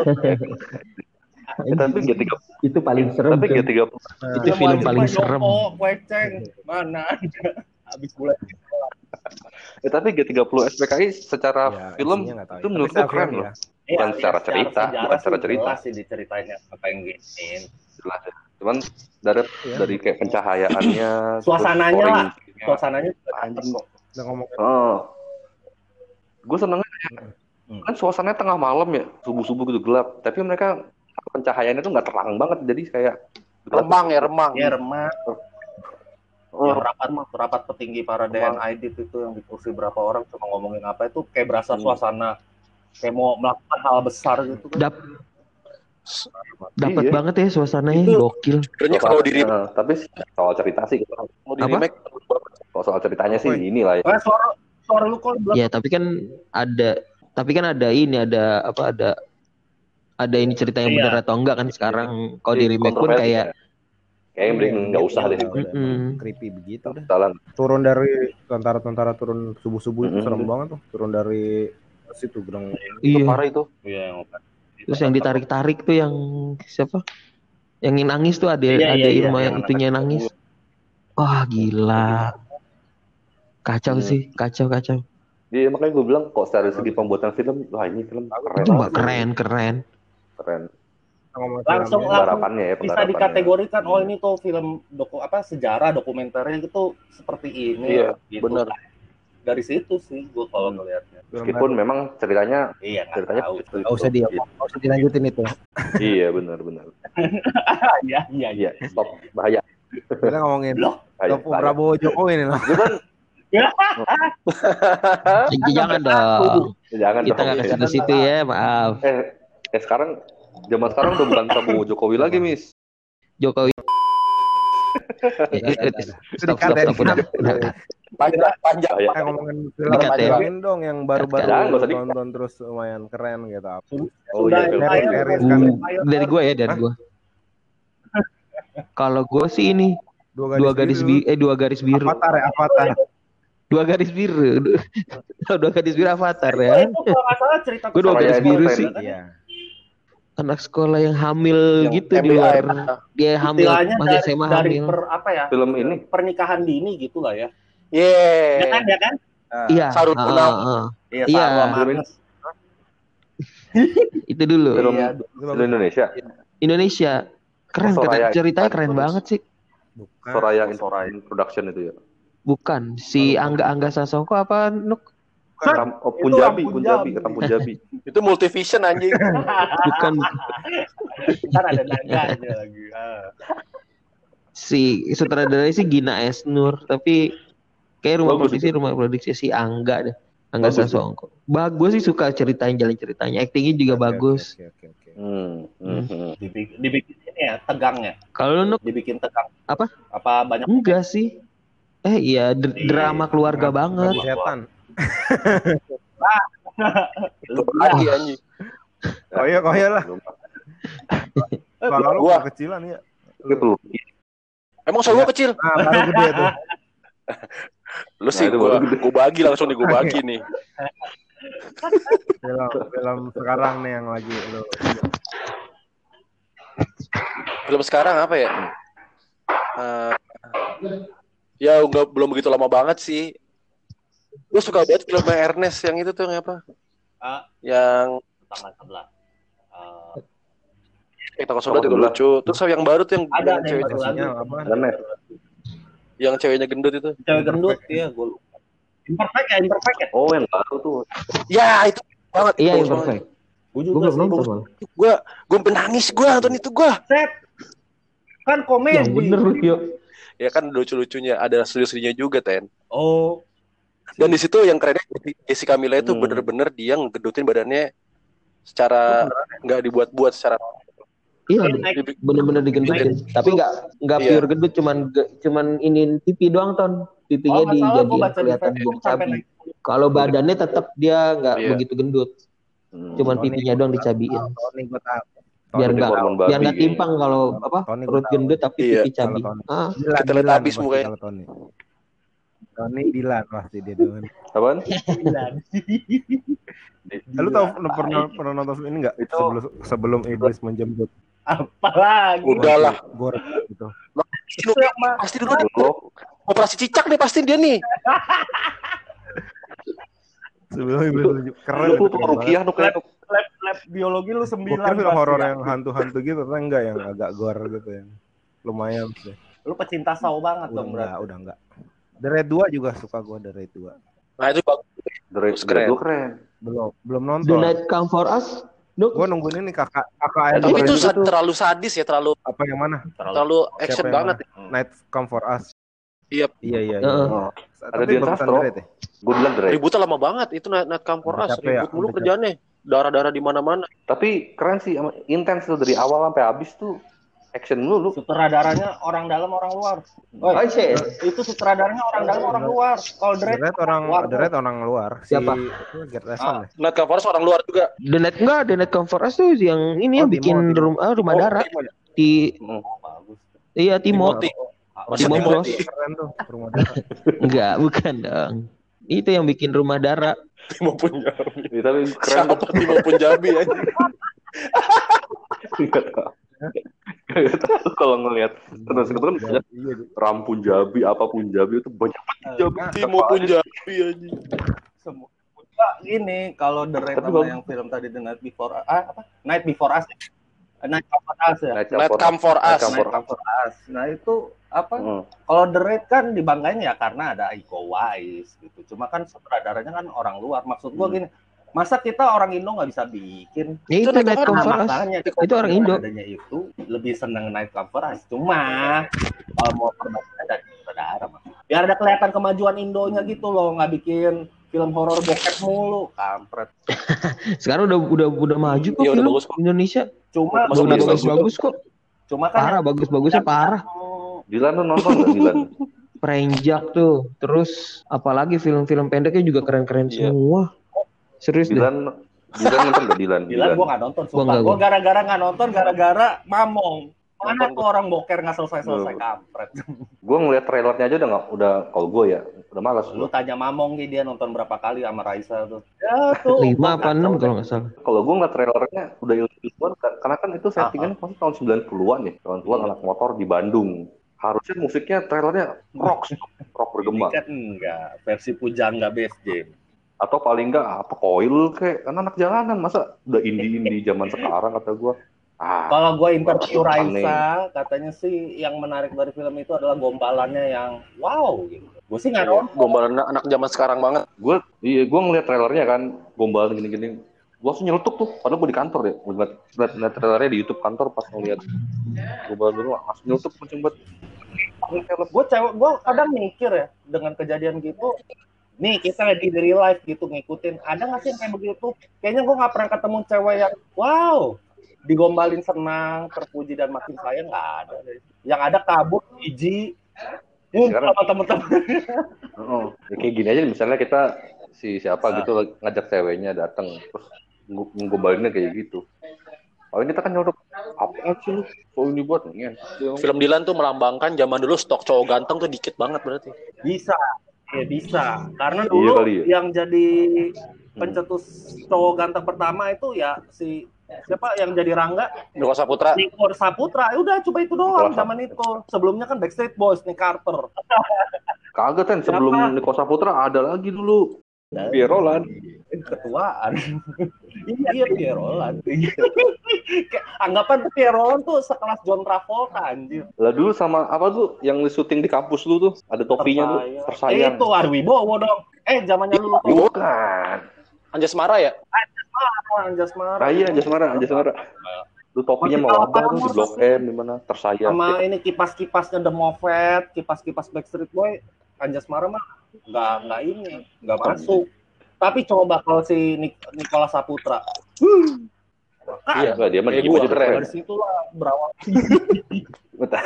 Ya, tapi G tiga puluh Itu paling serem. Tapi Cen. G tiga puluh Itu film paling serem. Oh, kueceng. Mana ada. Habis bulan. Ya, tapi G tiga puluh S P K I secara Ya, film isinya nggak tahu itu ya. menurut Tapi gue keren film loh. ya. Bukan secara secara cerita, sejarah bukan secara sih cerita. jelas sih diceritanya apa yang giniin. Jelas ya. Cuman dari Iya. dari kayak pencahayaannya, Suasananya terus lah. scoring-nya. Suasananya juga Anjing. kok. Udah ngomong Oh. Gue senengnya Hmm. kan suasananya tengah malam ya, subuh-subuh gitu gelap. Tapi mereka pencahayaannya tuh nggak terang banget, jadi kayak gelap. Remang ya, remang. Ya remah. Oh, Yang rapat rapat petinggi para D N I D itu yang di kursi berapa orang cuma ngomongin apa itu kayak berasa Hmm. suasana kayak mau melakukan hal besar gitu kan. Dap dapat Iya. banget ya suasananya, Itu- gokil. Sebenarnya kalau di remake, Eh, tapi soal cerita sih, kita mau di Apa? remake kalau soal ceritanya sih Woi. inilah ya. Eh, suara suara lu kok belum Ya tapi kan ada, tapi kan ada ini, ada apa, ada ada ini cerita yang Iya. benar atau enggak kan sekarang. Kalau di remake pun Kontroversi kayak ya. Kayaknya mending nggak usah deh. Udah, udah, Mm-mm. emang creepy begitu dah. Jalan. Turun dari tentara-tentara turun subuh-subuh itu Mm-mm. serem banget tuh. Turun dari situ gedung. Itu iya. parah itu. Iya, yang Terus yang ditarik-tarik tuh yang siapa? Yang nangis tuh ada Iya, ada iya, Irma iya, yang yang itunya anak- nangis. Wah gila. Kacau Hmm. sih, kacau kacau. Iya makanya gue bilang kok dari segi pembuatan film, wah ini film keren. Itu mbak banget. keren keren. Keren. Ngomong Langsung- filmnya. langsung Penggarapannya ya, bisa penggarapannya. dikategorikan oh ini tuh film doku apa sejarah dokumenternya gitu seperti ini. Iya, gitu. benar. Dari situ sih gue kalau Hmm. ngelihatnya. Film Meskipun baru. memang ceritanya Iya, nggak ceritanya tahu. itu, Nggak usah itu. dia, nggak usah dilanjutin itu. Iya benar-benar. Iya, iya, iya. Iya stop bahaya. Kita ngomongin Loh, bahaya, Topo bahaya. Prabowo Jokowi nih loh. Itu kan J- Jangan dong. jangan Kita dong. nggak kasih ke situ ya, maaf. Eh, eh sekarang zaman sekarang udah bukan Prabowo Jokowi lagi, Miss. Jokowi. Udah, udah, udah. Stop, stop, stop, udah, udah, udah. panjang, panjang. Bahaya. Eh ngomongin film Dikat ya. ngomongin dong yang baru-baru Jangan, nggak usah dikat. tonton terus lumayan keren gitu. Apa? Oh Sudah iya, film. Empire, Series udah kan. Uh, dari gue ya, dari gue. Kalau gue sih ini dua garis biru, eh dua garis biru, Avatar ya, Avatar. dua garis biru, dua garis biru Avatar Oh, ya. itu kalau nggak salah cerita Gue dua Soraya garis biru Entertainment. sih. Iya. Anak sekolah yang hamil Yang gitu di M B A luar, ya, dia hamil Istilahnya masih dari, S M A dari hamil. per, apa ya? Film ini Pernikahan dini gitu lah ya. Yeay. Ya kan, ya kan? Iya, Sarut ah, Gunawan. ah, ah. Iya, Iya. Sarwa sama Film ini. Agnes. Itu dulu. film Iya, film Indonesia. Indonesia keren, Oh, keren. Soraya Ceritanya keren Entertainment. banget sih. Bukan. Soraya Soraya. Production itu ya. Bukan si Angga Angga Sasongko apa Nuk? Ram, oh, Itu Punjabi, Ram Punjabi, Punjabi. Ram Punjabi. Itu multivision anjing. Bukan Ntar ada naganya lagi. Ah. si sutradaranya sih Gina Esnur, tapi kayak rumah Bagus produksi rumah produksi si Angga deh. Angga Bagus Sasongko. Bagus sih, suka ceritain jalan ceritanya. Aktingnya juga Oke, bagus. Oke, oke, oke. Hmm, hmm, hmm. Dibikin, dibikin ini ya, tegang ya. Kalau lu Nuk, Dibikin tegang. Apa? Apa banyak enggak sih. Eh iya, dr- Iya. drama keluarga banget. Prabu Setan. Itu lagi anjing. Oh iya, oh iya lah. Kalau lu Gua. kecilan ya. Itu lu. Emang soal gua kecil. Nah, baru gede tuh. Lu sih Nah, itu gua, baru gede. gua bagi langsung nih, gua bagi nih. Film film sekarang nih yang lagi lu. Film sekarang apa ya? Eh, ya nggak belum begitu lama banget sih. Gue suka banget film Ernest yang itu tuh yang apa? Ah. Yang tangan sebelah. Ah, yang takut sebelah juga lucu. Terus yang baru tuh yang Ada, yang ada cewek yang baru. Versinya apa? Aneh. yang ceweknya gendut itu. cewek gendut ya, gue lupa. Imperfect ya, imperfect ya. Oh, yang baru tuh. Ya itu banget. Iya, Bagus yang banget. perfect. Gue Gue juga belum sih. nonton malah. Gue gue penangis gue nonton itu gue. Set. Kan komedi. Yang bener lu, yuk. Ya kan lucu-lucunya ada serius-seriusnya juga Ten. Oh, Dan di situ yang kerennya Jessica Mila itu Hmm. bener-bener dia ngegedutin badannya secara nggak dibuat-buat secara Iya, naik- bener-bener digendutin. Tapi nggak nggak Iya. pure gendut, cuman ge- cuman ini pipi doang ton. Pipinya Oh, nggak salah, gua dijadiin baca di kelihatan Facebook jadi sampai cabi. naik. Kalau badannya tetap dia nggak Iya. begitu gendut. Hmm. Cuman Oh, pipinya nih, doang gua dicabiin. tahu. Oh, nih gua tahu. biar Tony nggak hormon biar babi nggak kayaknya. timpang kalau apa Tony perut gua tahu. gendut tapi Iya, pipi Kalau cabi. Tony. Ah, Dilan, Kita lihat Dilan habis pasti mukanya. kalau Tony. Tony Dilan pasti dia dengan. Apaan? Lu tahu pernah pernah nonton film ini nggak? Itu- Sebelum sebelum iblis menjemput. Apalagi. Udahlah. Gore gitu. Itu yang pasti dulu deh. Belum. Operasi cicak deh pasti dia nih. Sebelum iblis menjemput. Keren Lu itu. tuh Keren banget. Rukiah tuh kayak Lab, lab biologi lu Gue sembilan. kira film pasti horor ya. yang hantu-hantu gitu, ternyata enggak, yang agak gore gitu, yang lumayan sih. Lu pecinta saw banget Udah dong enggak, berarti. udah enggak. The Raid dua juga suka gue, The Raid dua. Nah itu bagus. The Raid Keren. dua keren. Belum belum The nonton. Night Come For Us. No, Gue nungguin ini kakak kakak Eh, Air Tapi keren itu juga sa- tuh. terlalu sadis ya, terlalu apa yang mana? terlalu action yang banget. Night Come For Us. Iya. Iya iya. Heeh. iya. Oh. Ada Tapi di bagusan Castro. The Raid ya. Gue bilang The Raid. Ributnya lama banget itu Night Night Come For Udah Us. capek ya, Ribut mulu udah kerjaannya. Darah-darah di mana-mana. Tapi keren sih, ama- intens tuh dari awal sampai habis tuh action mulu. Sutradaranya orang dalam orang luar. Oh Oi, shit. itu sutradaranya orang dalam orang luar. Kalau The Drake Raid orang luar The tuh. Raid orang luar. Siapa? Si Gert Evan ya. Night Come For Us orang luar juga. The Night enggak, The Night Come For Us tuh yang ini Oh, yang Timo, bikin Timo. rum- ah, rumah Oh, darah Timo ya? di Hmm. Oh, bagus. iya Timo. Timothy. Masih Timo Timothy. Bros. Keren tuh rumah darah. Enggak, bukan dong. Itu yang bikin rumah darah. Timo Punjabi. Ya, tapi keren tuh. Siapa Timo Punjabi aja. Nggak tahu. Nggak tahu kalau ngelihat terus itu kan banyak Iya. ram Punjabi apa Punjabi itu banyak Punjabi. Timo Punjabi aja. Semua. Enggak, gini, kalau The Raid Tapi sama bagus. yang film tadi The Night Before ah, apa? Night Before Us. Eh, Night Before Us ya. Night Night Come For Us. Night Come Night For Before Us. Nah, itu apa? Hmm. Kalau The Raid kan dibanggain ya karena ada Iko Uwais gitu. Cuma kan sutradaranya kan orang luar. Maksud gua Hmm. gini, masa kita orang Indo nggak bisa bikin? Ya, itu Night Night Come Come Nah, For Us. makanya Itu orang Indo. adanya itu lebih seneng Night Come For Us. Cuma kalau mau perbandingan dari saudara mah. Biar ada kelihatan kemajuan Indonya gitu loh, nggak bikin film horor bokep mulu, kampret. Sekarang udah udah udah maju kok Iya, udah film bagus kok. Indonesia. Cuma Masuk Udah list bagus-bagus kok. cuma kan Parah, bagus-bagusnya parah. Oh, Dilan tuh nonton nggak Dilan? Prenjak tuh. Terus apalagi film-film pendeknya juga keren-keren Iya. semua. Serius deh. Dilan Dilan nonton nggak Dilan? Dilan gua nggak nonton, Gua sumpah. nggak, Gua gua. gara-gara nggak nonton, gara-gara mamong. Mana Nonton tuh orang boker nggak selesai-selesai, kampret. Gue ngeliat trailernya aja udah nggak, udah kalau gue ya udah malas. Lu tanya mamong nih, dia nonton berapa kali sama Raisa tuh. Ya tuh. Lima gua apa enam kacau kalau deh. nggak salah. Kalau gue ngeliat trailernya udah ilmu-ilmuan kan- karena kan itu settingannya pasti tahun sembilan puluhan ya, tahun sembilan puluhan anak motor di Bandung. Harusnya musiknya trailernya rock, rock Ini bergema. kan enggak, versi Pujangga Best Jam. Atau paling enggak apa koil kayak kan anak jalanan, masa udah indie-indie zaman sekarang kata gue. Ah, Kalau gue interview aneh. Raisa, katanya sih yang menarik dari film itu adalah gombalannya yang wow gitu. Gue sih nggak nonton. Gombalan anak zaman sekarang banget. gue iya gue ngeliat trailernya kan gombal gini-gini, gue langsung nyeletuk tuh, padahal gue di kantor ya, ngeliat, ngeliat, ngeliat trailernya di YouTube kantor pas ngeliat gombal dulu langsung nyeletuk langsung buat film. Gue cewek, gue kadang mikir ya dengan kejadian gitu. Nih kita lagi di real life gitu ngikutin. Ada nggak sih yang kayak begitu? Kayaknya gue nggak pernah ketemu cewek yang wow digombalin senang, terpuji dan makin sayang, nggak ada. Yang ada kabur, iji, Sekarang- sama temen-temen. Oh, ya kayak gini aja misalnya kita si siapa gitu ngajak ceweknya datang terus ngu- ngegombalinnya kayak gitu. Paling kita kan nyodok apa sih lu? Kok ini buat nih? Film Dilan tuh melambangkan zaman dulu stok cowok ganteng tuh dikit banget berarti. Bisa, ya bisa. Karena Iya dulu kali ya. yang jadi pencetus cowok ganteng pertama itu ya si siapa yang jadi Rangga, Niko Saputra. Nico Saputra. Ya udah coba itu doang Nico zaman itu. Sebelumnya kan Backstreet Boys, Nick Carter. Kagak kan sebelum Siapa? Niko Saputra ada lagi dulu. Pierre Roland. Ketuaan. Iya, Pierre Roland. Kayak anggapan Pierre Roland tuh sekelas John Travolta anjir. Lah dulu sama apa tuh yang syuting di kampus lu tuh ada topinya tuh Eh, tersayang. itu Arwibowo dong. Eh zamannya lu tuh. Bukan. Anjasmara ya? Anjasmara. Ah, iya Anjasmara, Anjasmara. Lu topinya mau apa tuh di Blok M di mana? Tersayang. Sama ini kipas-kipasnya The Moffat, kipas-kipas Backstreet Boy, Anjasmara mah nggak nggak ini, nggak masuk. Tapi coba kalau si Nik Nikola Saputra, Iya, enggak dia mah Eh, diem gua aja udah keren. keren. dari situlah berawal. Bentar.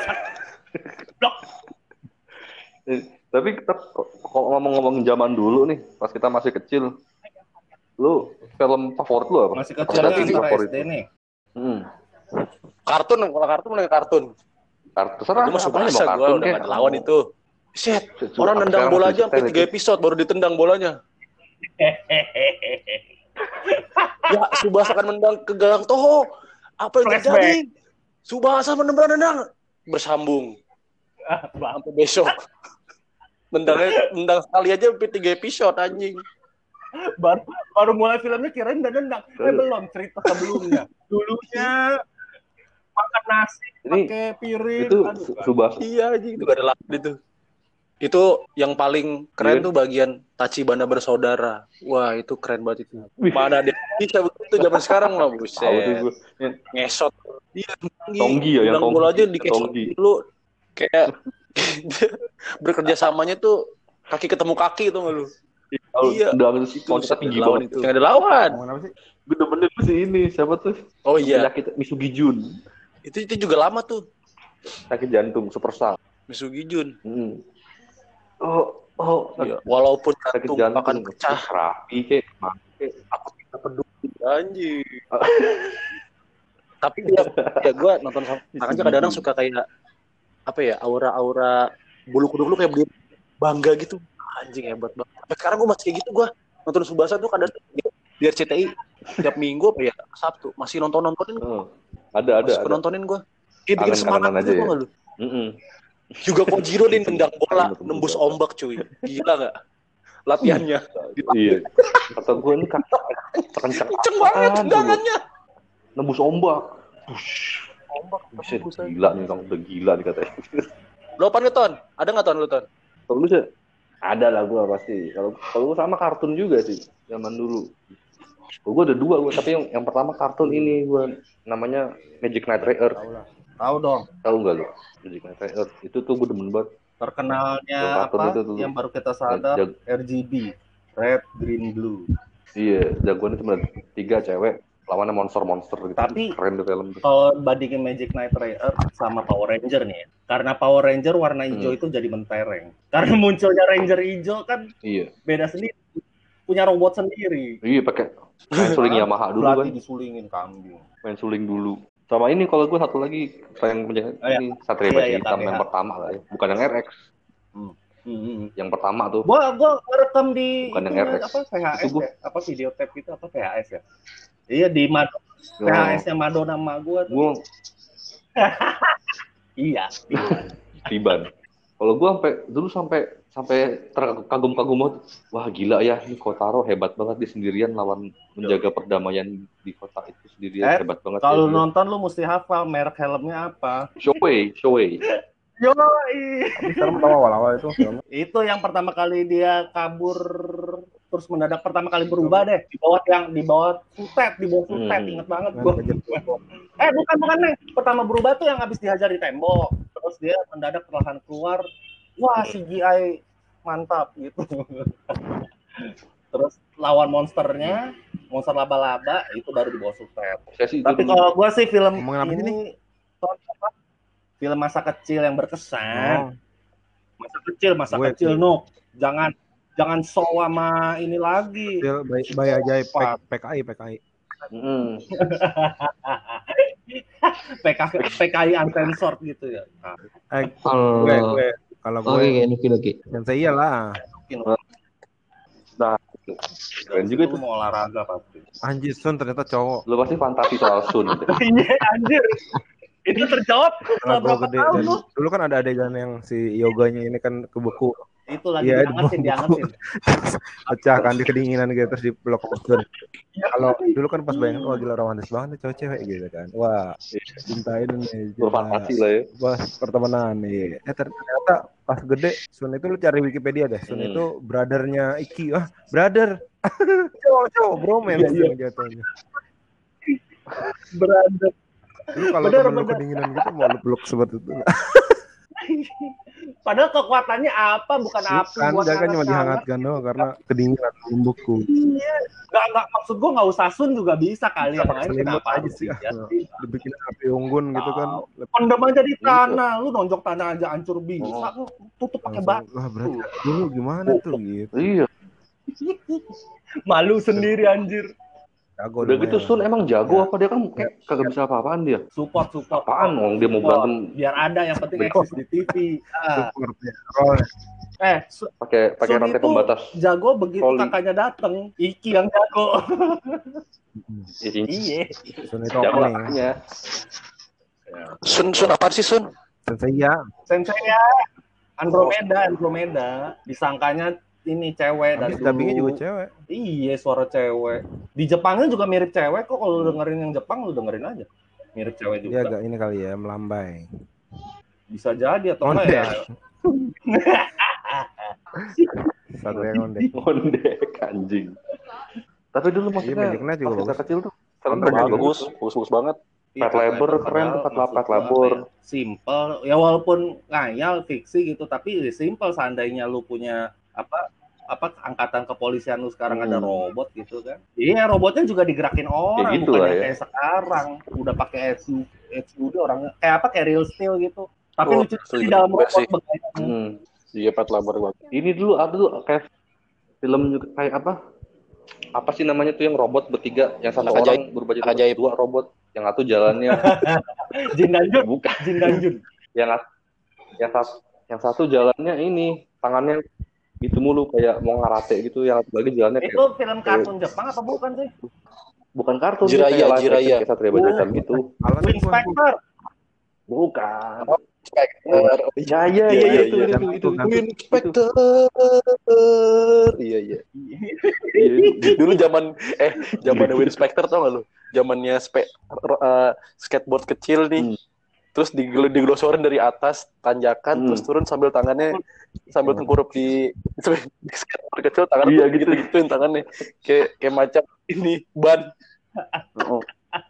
Eh, Tapi tetap kalau ngomong-ngomong zaman dulu nih, pas kita masih kecil, lu film favorit lu apa? Masih Film kecilnya T V antara favorit S D lu? nih. Hmm. Kartun, kalau kartun mana kartun? Kartun serah. Gue masuk apanya bahasa mau gue kartun udah kek. gak ada lawan itu. Set, Su- orang apa nendang sekarang bola masih aja sampai detail tiga itu. episode baru ditendang bolanya. Ya, Subasa akan mendang ke gawang Toho. Apa yang Flashback. terjadi? Subasa menendang-nendang bersambung sampai besok. Mendangnya mendang sekali aja sampai tiga episode anjing. baru baru mulai filmnya kirain udah nendang. Eh belum, cerita sebelumnya. Dulunya makan nasi Ini- pakai piring. Itu Aduh, Su- kan. Subasa. Iya anjing, itu gak ada lawan itu. Itu yang paling keren Iya. tuh bagian Tachibana bersaudara. Wah, itu keren banget itu. Wih. Mana dia bisa begitu zaman sekarang mah Tahu tuh buset. gue. Yang Ngesot. Iya, Tonggi ya, yang Mendang bola Tonggi. aja dikesot Tonggi. dulu. Kayak bekerja samanya tuh kaki ketemu kaki tuh lu. Tahu, Iya. udah Itu loncat tinggi lawan banget itu. Yang ada lawan. Ngomongin apa sih? Gue demennya tuh si ini siapa tuh? Oh iya. Penyakit Misugi Jun. Itu itu juga lama tuh. Sakit jantung super star. Misugi Jun. Hmm. Oh, oh, Iya. Walaupun sakit jantung jantung akan pecah, rapi kek. aku tidak peduli anjing. Tapi ya, ya gue nonton sama aja kadang-kadang suka kayak apa ya, aura-aura bulu kuduk lu kayak berdiri bangga gitu. Anjing hebat banget. Sampai sekarang gue masih kayak gitu, gue nonton Subasa tuh kadang di R C T I tiap minggu apa ya, Sabtu masih nonton-nontonin. Oh, ada ada. Masih ada. nontonin gue. Kayak bikin Kangen-kangenan semangat aja gitu ya. ya. Lu. Mm-mm. Juga Kojiro dia nendang bola, Betul-betul. nembus ombak cuy. Gila gak? Latihannya. Iya. Kata gue ini kata kencang Kenceng banget apaan tuh, tendangannya. nembus ombak. Push. Ombak. Buset, gila nih orang udah gila nih katanya. Lo apa nih, Ton? Ada nggak Ton lu, Ton? Kalau lu sih ada lah gue pasti. Kalau kalau gue sama kartun juga sih zaman dulu. Gue ada dua gue, tapi yang yang pertama kartun ini gue namanya Magic Knight Rayer. Tahu lah. Tahu dong. Tahu nggak lu? Magic Knight Rayer itu tuh gue demen banget. Terkenalnya Yang kartun apa? itu tuh. Yang baru kita sadar Jag- R G B, Red, Green, Blue. Iya, jagoannya cuma tiga cewek, lawannya monster-monster gitu. Tapi- keren tuh film tuh. Kalau bandingin Magic Knight Rayer sama Power Ranger nih, ya. Karena Power Ranger warna hijau Hmm. itu jadi mentereng. Karena munculnya Ranger hijau kan Iya, beda sendiri. Punya robot sendiri. iya pakai main suling Yamaha dulu kan, Berarti disulingin kambing. main suling dulu. Sama ini kalau gue satu lagi yang punya Oh, iya. ini Satria Iya, Baja iya, Hitam K B H. yang pertama lah ya, bukan yang R X, Hmm. yang pertama tuh. Gua gua ngerekam di Bukan yang itu, R X. apa P H S Itu gua- ya? Apa video tape itu apa P H S ya? Iya di Mad P H S-nya Madonna sama gua tuh. Gue Iya. Tiban. Kalau gue sampai dulu sampai sampai terkagum-kagum banget. Wah gila ya, ini Kotaro hebat banget dia sendirian lawan menjaga perdamaian di kota itu sendirian, Eh, hebat banget. Kalau dia. nonton lu mesti hafal merek helmnya apa. Showway, Showway. Yoi. Tapi sekarang tahu awal-awal itu filmnya. Itu yang pertama kali dia kabur terus mendadak pertama kali berubah deh di bawah yang di bawah sutet di bawah sutet Hmm. inget banget Dengan gua. budget. Eh bukan bukan nih pertama berubah tuh yang habis dihajar di tembok terus dia mendadak perlahan keluar wah C G I mantap gitu. Terus lawan monsternya monster laba-laba itu baru di bawah sutet. Saya sih itu Tapi dulu. kalau gua sih film Ngomongin apa sih ini tahun apa? Film masa kecil yang berkesan. Oh, Masa kecil, masa Gue kecil, sih. no. Jangan jangan show sama ini lagi. Fil bay, bay ajaib P- PKI PKI. Mm. P K P K I uncensored gitu ya. Nah, Eh, Kalau gue gue kalau gue oke, oke, oke, oke. Sensei iyalah. Keren juga itu itu. mau olahraga pasti. Anjir Sun ternyata cowok. Lu pasti fantasi soal Sun. Iya anjir. Itu terjawab setelah Karena gue berapa gede tahun dan lu? dulu kan ada adegan yang si yoganya ini kan kebeku Itu lagi Iya, diangetin, di diangetin. pecah kan di kedinginan gitu terus dipeluk Sun. Kalau dulu kan pas bayangin wah gila romantis banget nih cowok cewek gitu kan. Wah, cintain nih. Berfantasi lah ya. Pas pertemanan nih. Eh ternyata pas gede Sun itu lu cari Wikipedia deh. Sun Hmm. itu brothernya Iki. Ah, brother. Cowok-cowok bromance Iya, yang jatuhnya. Berada. Lu kalau Bener, temen lu bener. kedinginan gitu mau lu peluk seperti itu. Padahal kekuatannya apa? Bukan api. Kan buat dia kan cuma hangat-hangat. dihangatkan doang karena kedinginan belum beku. Iya. Gak, gak, maksud gua nggak usah Sun juga bisa kali yang Pakai lain. selimut Kenapa aja harus sih. dia Ah. sih? Dibikin api unggun gitu kan. Pendem aja di tanah, lu nonjok tanah aja hancur bisa, lu tutup pakai batu. Wah berarti dulu gimana tuh gitu. Iya. Malu sendiri anjir. Jago Udah lumayan. gitu Sun emang jago Ya. apa dia kan kayak kagak bisa apa-apaan dia. Support, support. Apaan dong dia mau berantem Biar ada yang penting eksis di T V. Ah. Support ya. Role. Eh, Su- pakai pakai Sun rantai itu pembatas. jago begitu Volley. kakaknya dateng. Iki yang jago. Iya. Iya. Sun itu Jago opening. lah. Sun Sun apa sih Sun? Sensei ya. Sensei ya. Andromeda, Andromeda. Disangkanya ini cewek dari Habis dulu. dubbingnya juga cewek. Iya, suara cewek. Di Jepangnya juga mirip cewek kok. Kalau lu dengerin yang Jepang, lu dengerin aja. Mirip cewek Dia juga. agak ini kali ya, melambai. Bisa jadi atau enggak Ondek. ya. Satu yang ondek. Ondek anjing. Tapi dulu Iya, maksudnya Magic Knight juga pas kita bagus. kecil tuh film Nonton bagus. Bagus, bagus, bagus banget. Pet Labor keren tuh, Pet La- Pet Labor. Simple. Ya walaupun ngayal fiksi gitu, tapi simple seandainya lu punya apa apa angkatan kepolisian lu sekarang Hmm. ada robot gitu kan. Iya, robotnya juga digerakin orang, Kayak gitu bukan lah yang ya. kayak sekarang udah pakai H U D orangnya kayak apa kayak real steel gitu. Tapi Oh, lucu di setuju dalam juga robot sih. begitu. Hmm. Iya, Pet Labor banget. Ini dulu ada tuh kayak film juga kayak apa? Apa sih namanya tuh yang robot bertiga, yang satu Anak orang berubah jadi Anak ajaib. dua robot, yang satu jalannya Jin dan Jun, bukan, Jin dan Jun. yang yang satu yang satu jalannya ini tangannya gitu mulu kayak mau ngarate gitu, yang satu lagi jalannya Itu kayak film kartun Jepang apa bukan sih? bukan kartun, Jiraya, kayak live action, Jiraya. kayak Satria Baja Hitam gitu. Alan Wing gua- Spectre. Bukan. Spectre. Ya ya Iya, ya iya, itu iya. itu itu. Kan. Win Spectre. Iya, iya. Iya, itu. Dulu zaman eh zaman Win Spectre tau gak lu? Zamannya spe, uh, skateboard kecil nih. Hmm. Terus digel- diglosorin dari atas tanjakan Hmm. terus turun sambil tangannya sambil tengkurup di, di skateboard kecil tangannya Iya, tuh gitu. gitu-gituin tangannya kayak kayak macam ini ban. Oh.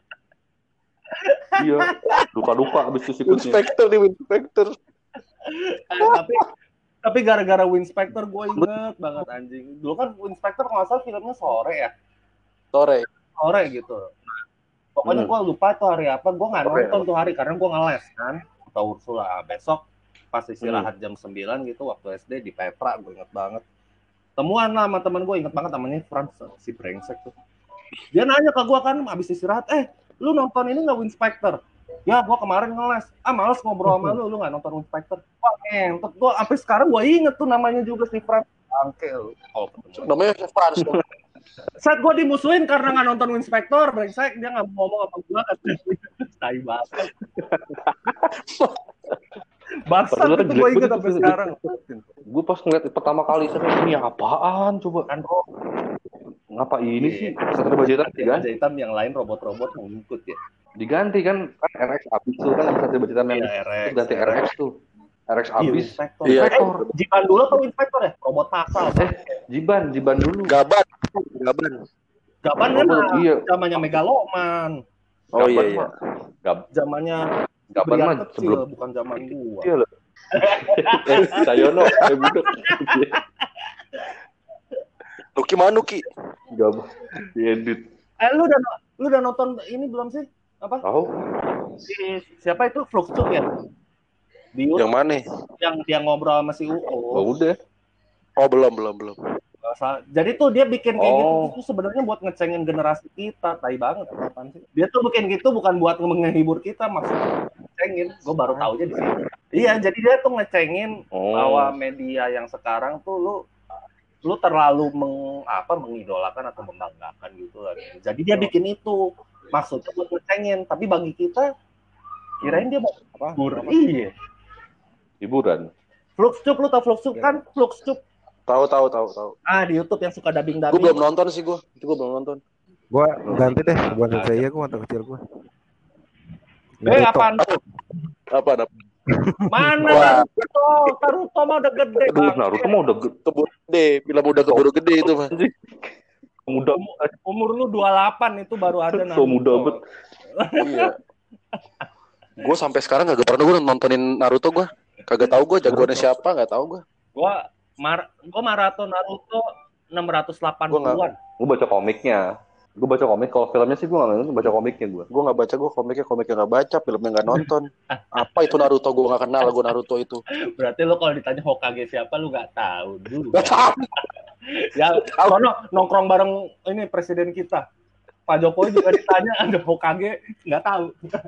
Iya, luka-luka abis itu Win sikutnya. Spectre nih Win Spectre. Eh, tapi tapi gara-gara Win Spectre gue inget banget anjing. Dulu kan Win Spectre kalau nggak salah filmnya sore ya, Sore. sore gitu. Pokoknya Hmm. gue lupa tuh hari apa, gue nggak Sore, nonton tuh hari karena gue ngeles kan. Atau Ursula besok pas Hmm. istirahat jam sembilan gitu waktu S D di Petra, gue inget banget. Temuan lah sama temen gue, inget banget namanya Franz, si brengsek tuh. Dia nanya ke gue kan abis istirahat, eh lu nonton ini nggak Win Spectre? Ya gue kemarin ngeles, ah males ngobrol sama lu, lu nggak nonton Win Spectre? Wah ngentot, gue sampai sekarang gue inget tuh namanya juga si Franz. Bangke lu. Oh, ketemu. Namanya Franz. Saat gue dimusuhin karena nggak nonton Win Spectre, brengsek, dia nggak mau ngomong sama gue, katanya. Tai banget. Bangsat Padahal kan itu gue jelek inget banget sampai itu. sekarang. Gue pas ngeliat pertama kali saya ini apaan coba? Kan kok Ngapa ini sih? Satria Baja Hitam diganti. Baja Hitam yang lain robot-robot mengikut ya. Diganti kan kan R X abis tuh kan sama Satria Baja Hitam yang Iya, R X. terus ganti R X tuh. R X Iya, abis. Inspektor. Iya. Eh, Jiban dulu atau Inspektor ya? Robot takal. Eh, Jiban, Jiban dulu. Gaban. Gaban. Gaban kan Oh, iya. zamannya Megaloman. Oh iya Gaban iya. mah- Gab, Zamannya Gaban Brian mah kecil, sebelum bukan zaman gua. Iya loh. eh, Sayono, eh budak. Nuki mana Nuki? Gaban. Diedit. Eh lu udah lu udah nonton ini belum sih? Apa? Tahu? Si, siapa itu Fluxtube ya? Di YouTube Yang mana? yang dia ngobrol sama si U Oh, O. udah. Oh belum belum belum. Jadi tuh dia bikin kayak Oh. gitu tuh sebenarnya buat ngecengin generasi kita, tai banget apaan sih. Dia tuh bikin gitu bukan buat menghibur kita, maksudnya ngecengin. Gue baru tahu aja di sini. Iya, jadi dia tuh ngecengin Oh. bahwa media yang sekarang tuh lu lu terlalu meng, apa mengidolakan atau membanggakan gitu lah. Jadi dia bikin itu maksudnya buat ngecengin, tapi bagi kita kirain dia mau Apa? hibur. Iya. Hiburan. Fluxtube, lu tau Fluxtube kan? Fluxtube. Tahu tahu tahu tahu. Ah, di YouTube yang suka Gue dubbing-dubbing. belum nonton sih gue. Itu gue belum nonton. Gua ganti deh, bukan Sensei ya, gua mata kecil gua. Eh, Naruto. apaan tuh? Apa ada? Mana Wah. Naruto? Naruto mah udah gede Aduh, banget. Naruto mah udah ge- Keburu gede. Bila udah keburu gede itu mah. muda Umur lu dua puluh delapan itu baru ada Naruto. So muda banget. Iya. Gue sampai sekarang gak pernah gue nontonin Naruto gue. Kagak tahu gue jagoannya siapa, nggak tahu gue. Gua mar gua maraton Naruto enam ratus delapan Gua puluhan. Gue baca komiknya. Gue baca komik. Kalau filmnya sih gue nggak nonton, baca komiknya gue. Gue nggak baca, gue komiknya komiknya nggak baca, filmnya nggak nonton. Apa itu Naruto? Gue nggak kenal gue Naruto itu. Berarti lu kalau ditanya Hokage siapa lu nggak tahu dulu. Nggak tahu. Ya, sono nongkrong bareng ini presiden kita. Pak Jokowi juga ditanya ada Hokage, nggak tahu.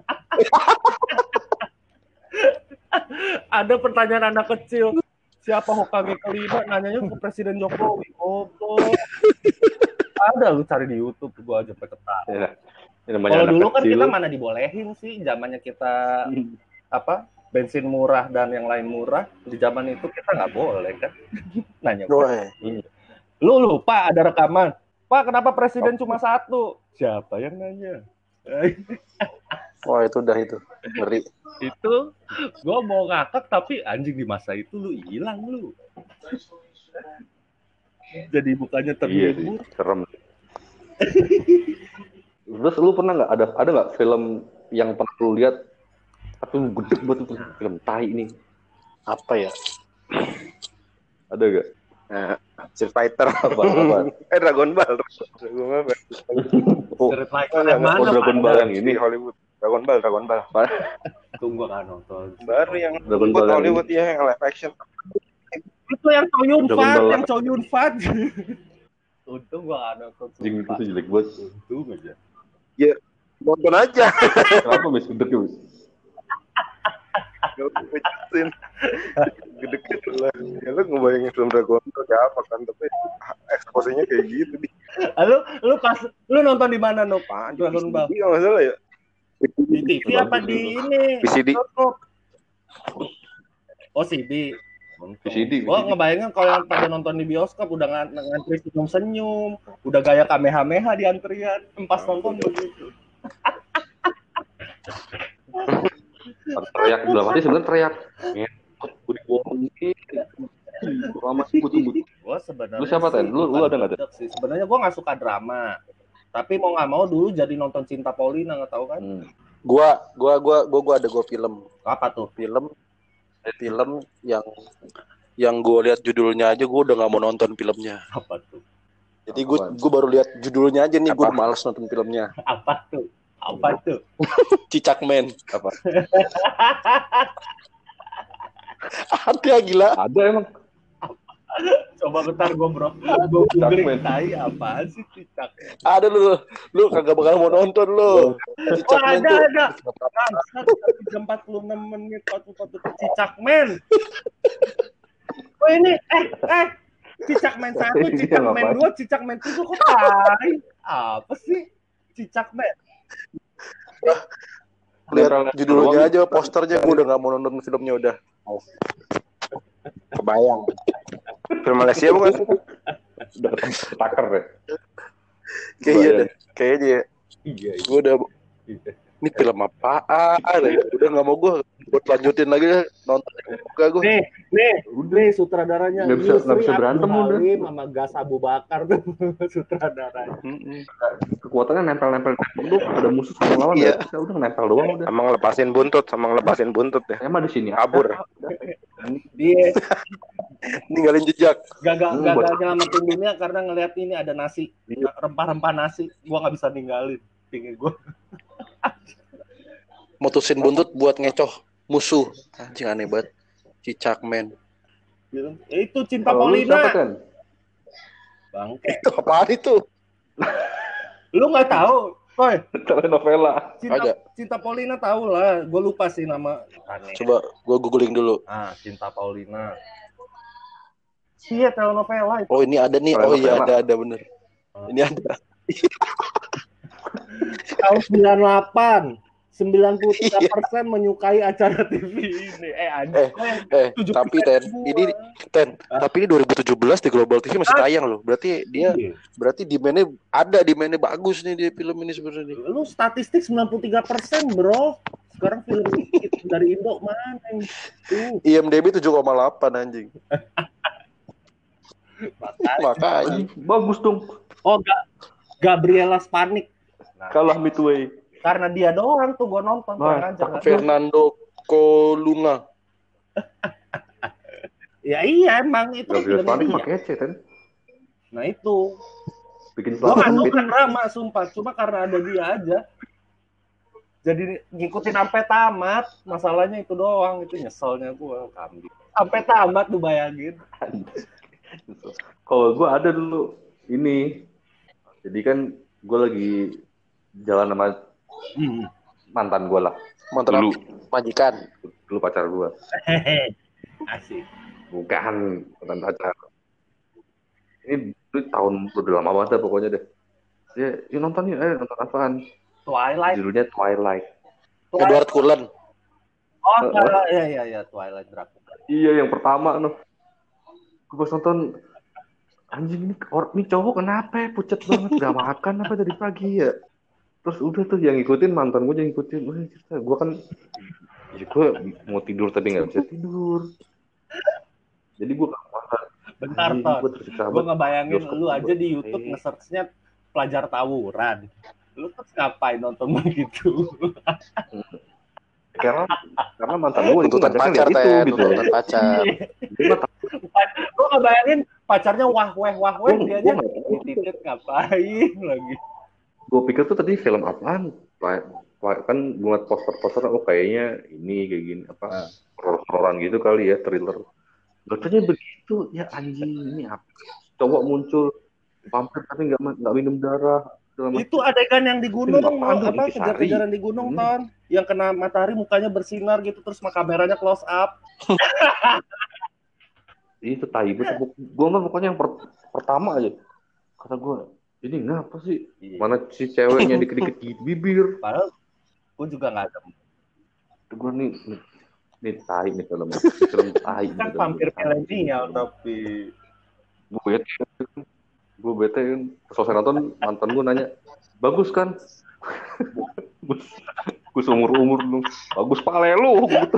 Ada pertanyaan anak kecil, siapa Hokage kelima? Nanyanya ke Presiden Jokowi. Oh, ada lu cari di YouTube, gua aja sampai ketawa. Ya, kalau dulu kan kita mana dibolehin sih, zamannya kita apa bensin murah dan yang lain murah, di zaman itu kita nggak boleh kan nanya. Lu lupa ada rekaman, Pak kenapa presiden oh. cuma satu? Siapa yang nanya? Wah itu udah itu ngeri. Itu gue mau ngakak tapi anjing di masa itu lu hilang lu. Jadi bukannya terhibur. Iya, serem. Terus lu pernah nggak ada ada nggak film yang pernah lu lihat tapi lu gede buat itu film tai ini? Apa ya? Ada gak? Nah, Street Fighter apa? apa? Eh Dragon Ball. Dragon Ball. Oh, Street Fighter yang mana? Oh, Dragon Ball yang ini Hollywood. Dragon Ball, Dragon Ball. Tunggu kan nonton. Baru yang Dragon Ball Hollywood ya yang live action. Itu yang Chow Yun Fat, yang Chow Yun Fat. Untung gua gak nonton. Jing itu jelek banget. Untung aja. Ya, nonton aja. Kenapa mis gede ya, Mis? Gede-gede lah. Ya lu ngebayangin film Dragon Ball kayak apa kan, tapi eksposisinya kayak gitu. Lalu lu pas lu nonton di mana, No? Dragon Ball. Iya, enggak salah ya. Di T V apa di ini? V C D. Oh, C D. V C D. Gua ngebayangin kalau yang pada nonton di bioskop udah ng- ngantri senyum-senyum, udah gaya kamehameha di antrian, pas nonton begitu. Teriak udah pasti sebenarnya teriak. Gue dibohong sih. Lama sih gue tunggu. Gua sebenarnya Lu siapa Ten? Lu lu ada nggak Ten? sih. Sebenarnya gua nggak suka drama. Tapi mau nggak mau dulu jadi nonton Cinta Paulina, nggak tahu kan? Hmm. Gua gua gua gua gua ada gua film. Apa tuh? Film film yang yang gue lihat judulnya aja gue udah nggak mau nonton filmnya. Apa tuh? Jadi gue gue baru lihat judulnya aja nih, gue malas nonton filmnya. Apa tuh? Apa tuh? Cicak Man. Apa? Ada gila. Ada emang. Coba bentar gue bro, gue googling tai apaan sih Cicak? Ada lu, lu kagak bakal mau nonton lu. Cicak Man tuh. Ada ada. Jam empat puluh enam menit empat puluh empat detik Cicak Man. Oh ini eh eh Cicak Man satu, Cicak Man dua, Cicak Man tiga kok tai? Apa sih Cicak Man? Lihat judulnya aja, posternya gue udah nggak mau nonton filmnya udah. Kebayang. Film Malaysia bukan? Udah ketemu taker ya. Kayaknya deh, kayaknya. Iya. Gue udah. Ini film apaan? Udah nggak mau gue buat lanjutin lagi deh nonton. Enggak gue. Nih, nih, nih sutradaranya. Nggak bisa, nggak bisa berantem udah. Sama Gas Abu Bakar tuh sutradaranya. Kekuatannya nempel-nempel tuh ada musuh sama lawan ya. Udah nempel doang udah. Emang lepasin buntut, sama ngelepasin buntut ya. Emang di sini kabur. Dia ninggalin jejak. Gagal gagal nyelamatin dunia karena ngelihat ini ada nasi, rempah-rempah nasi. Gua nggak bisa ninggalin. Pingin gua. Mutusin buntut buat ngecoh musuh. Anjing aneh banget. Cicak Man. Itu Cinta Paulina. Bang, itu apaan itu? Lu nggak tahu? Koy, telenovela. Cinta, Cinta Paulina tahu lah. Gue lupa sih nama. Aneh. Coba gue googling dulu. Ah, Cinta Paulina. Iya, telenovela itu. Oh, ini ada nih. Oh iya, ada ada bener. Ah. Ini ada. Tahun sembilan puluh delapan sembilan puluh tiga persen menyukai acara T V ini. Eh, anjing. Eh, eh tapi Ten, ini Ten, ah? tapi ini dua ribu tujuh belas di Global T V masih tayang loh. Berarti dia iya. berarti demand-nya ada, demand-nya bagus nih di film ini sebenarnya. Lu statistik sembilan puluh tiga persen, Bro. Sekarang film dari Indo mana? Tuh. I M D B tujuh koma delapan anjing. Makanya. Makanya. Bagus dong. Oh, enggak. Gabriela Spanik. Nah, kalah midway. Karena dia doang tuh gua nonton. Nah, aja, Fernando Colunga. Ya iya emang itu Gabriela Spanik mah kece kan. Nah itu. Bikin gua kan bukan drama sumpah, cuma karena ada dia aja. Jadi ngikutin sampai tamat, masalahnya itu doang, itu nyeselnya gua kambing. Sampai tamat tuh bayangin. Kalau gua ada dulu ini. Jadi kan gue lagi jalan sama Hmm. mantan gue lah. Mantan Dulu. majikan. Dulu pacar gue. Asik. Bukan mantan pacar. Ini dulu tahun udah lama banget dah pokoknya deh. Dia, ya nonton yuk, eh nonton apaan? Twilight. Judulnya Twilight. Edward Cullen. Oh, Uh, iya iya iya Twilight Dracula. Iya yang pertama noh. Gue pas nonton anjing ini, or, ini cowok kenapa ya pucet banget gak makan apa dari pagi ya. Terus udah tuh yang ngikutin mantan gue yang ngikutin. Wah, cerita gue kan ya gue mau tidur tapi nggak bisa tidur. Jadi gue gak makan. Bentar Anjing, Ton. gue tersiksa Gue banget. ngebayangin Bioskop lu aja di gue. YouTube Eh. nge-search-nya pelajar tawuran. Lu terus ngapain nonton begitu? Karena karena mantan gue itu Tuntutan ngajaknya pacar liat itu teh, gitu. tuntutan pacar. Dia mah Gue ngebayangin pacarnya wah weh wah weh Gua- dia gua aja nggak tahu. dititit ngapain lagi. gue pikir tuh tadi film apaan. Pa- pa- Kan gue ngeliat poster-poster, oh kayaknya ini kayak gini apa horor-hororan gitu kali ya, thriller. Bacanya begitu ya anjing ini apa? Cowok muncul vampir tapi nggak ma- nggak minum darah. segala macam. Itu adegan yang di gunung Film apaan lo, tuh? apa Intisari. kejar-kejaran di gunung Hmm. Ton, yang kena matahari mukanya bersinar gitu terus kameranya close up. Itu tai banget. Gue mah pokoknya yang per- pertama aja. Kata gue, ini ngapa sih? Mana si ceweknya dikit-dikit gigit bibir. Padahal gue juga nggak ada. Gue nih, nih, nih tai nih film. Ini film tai. Kan vampir milenial tapi Gue bete. Gue bete kan. Selesai nonton, mantan gue nanya, bagus kan? Gue seumur-umur lu. Bagus pale lu. Gitu.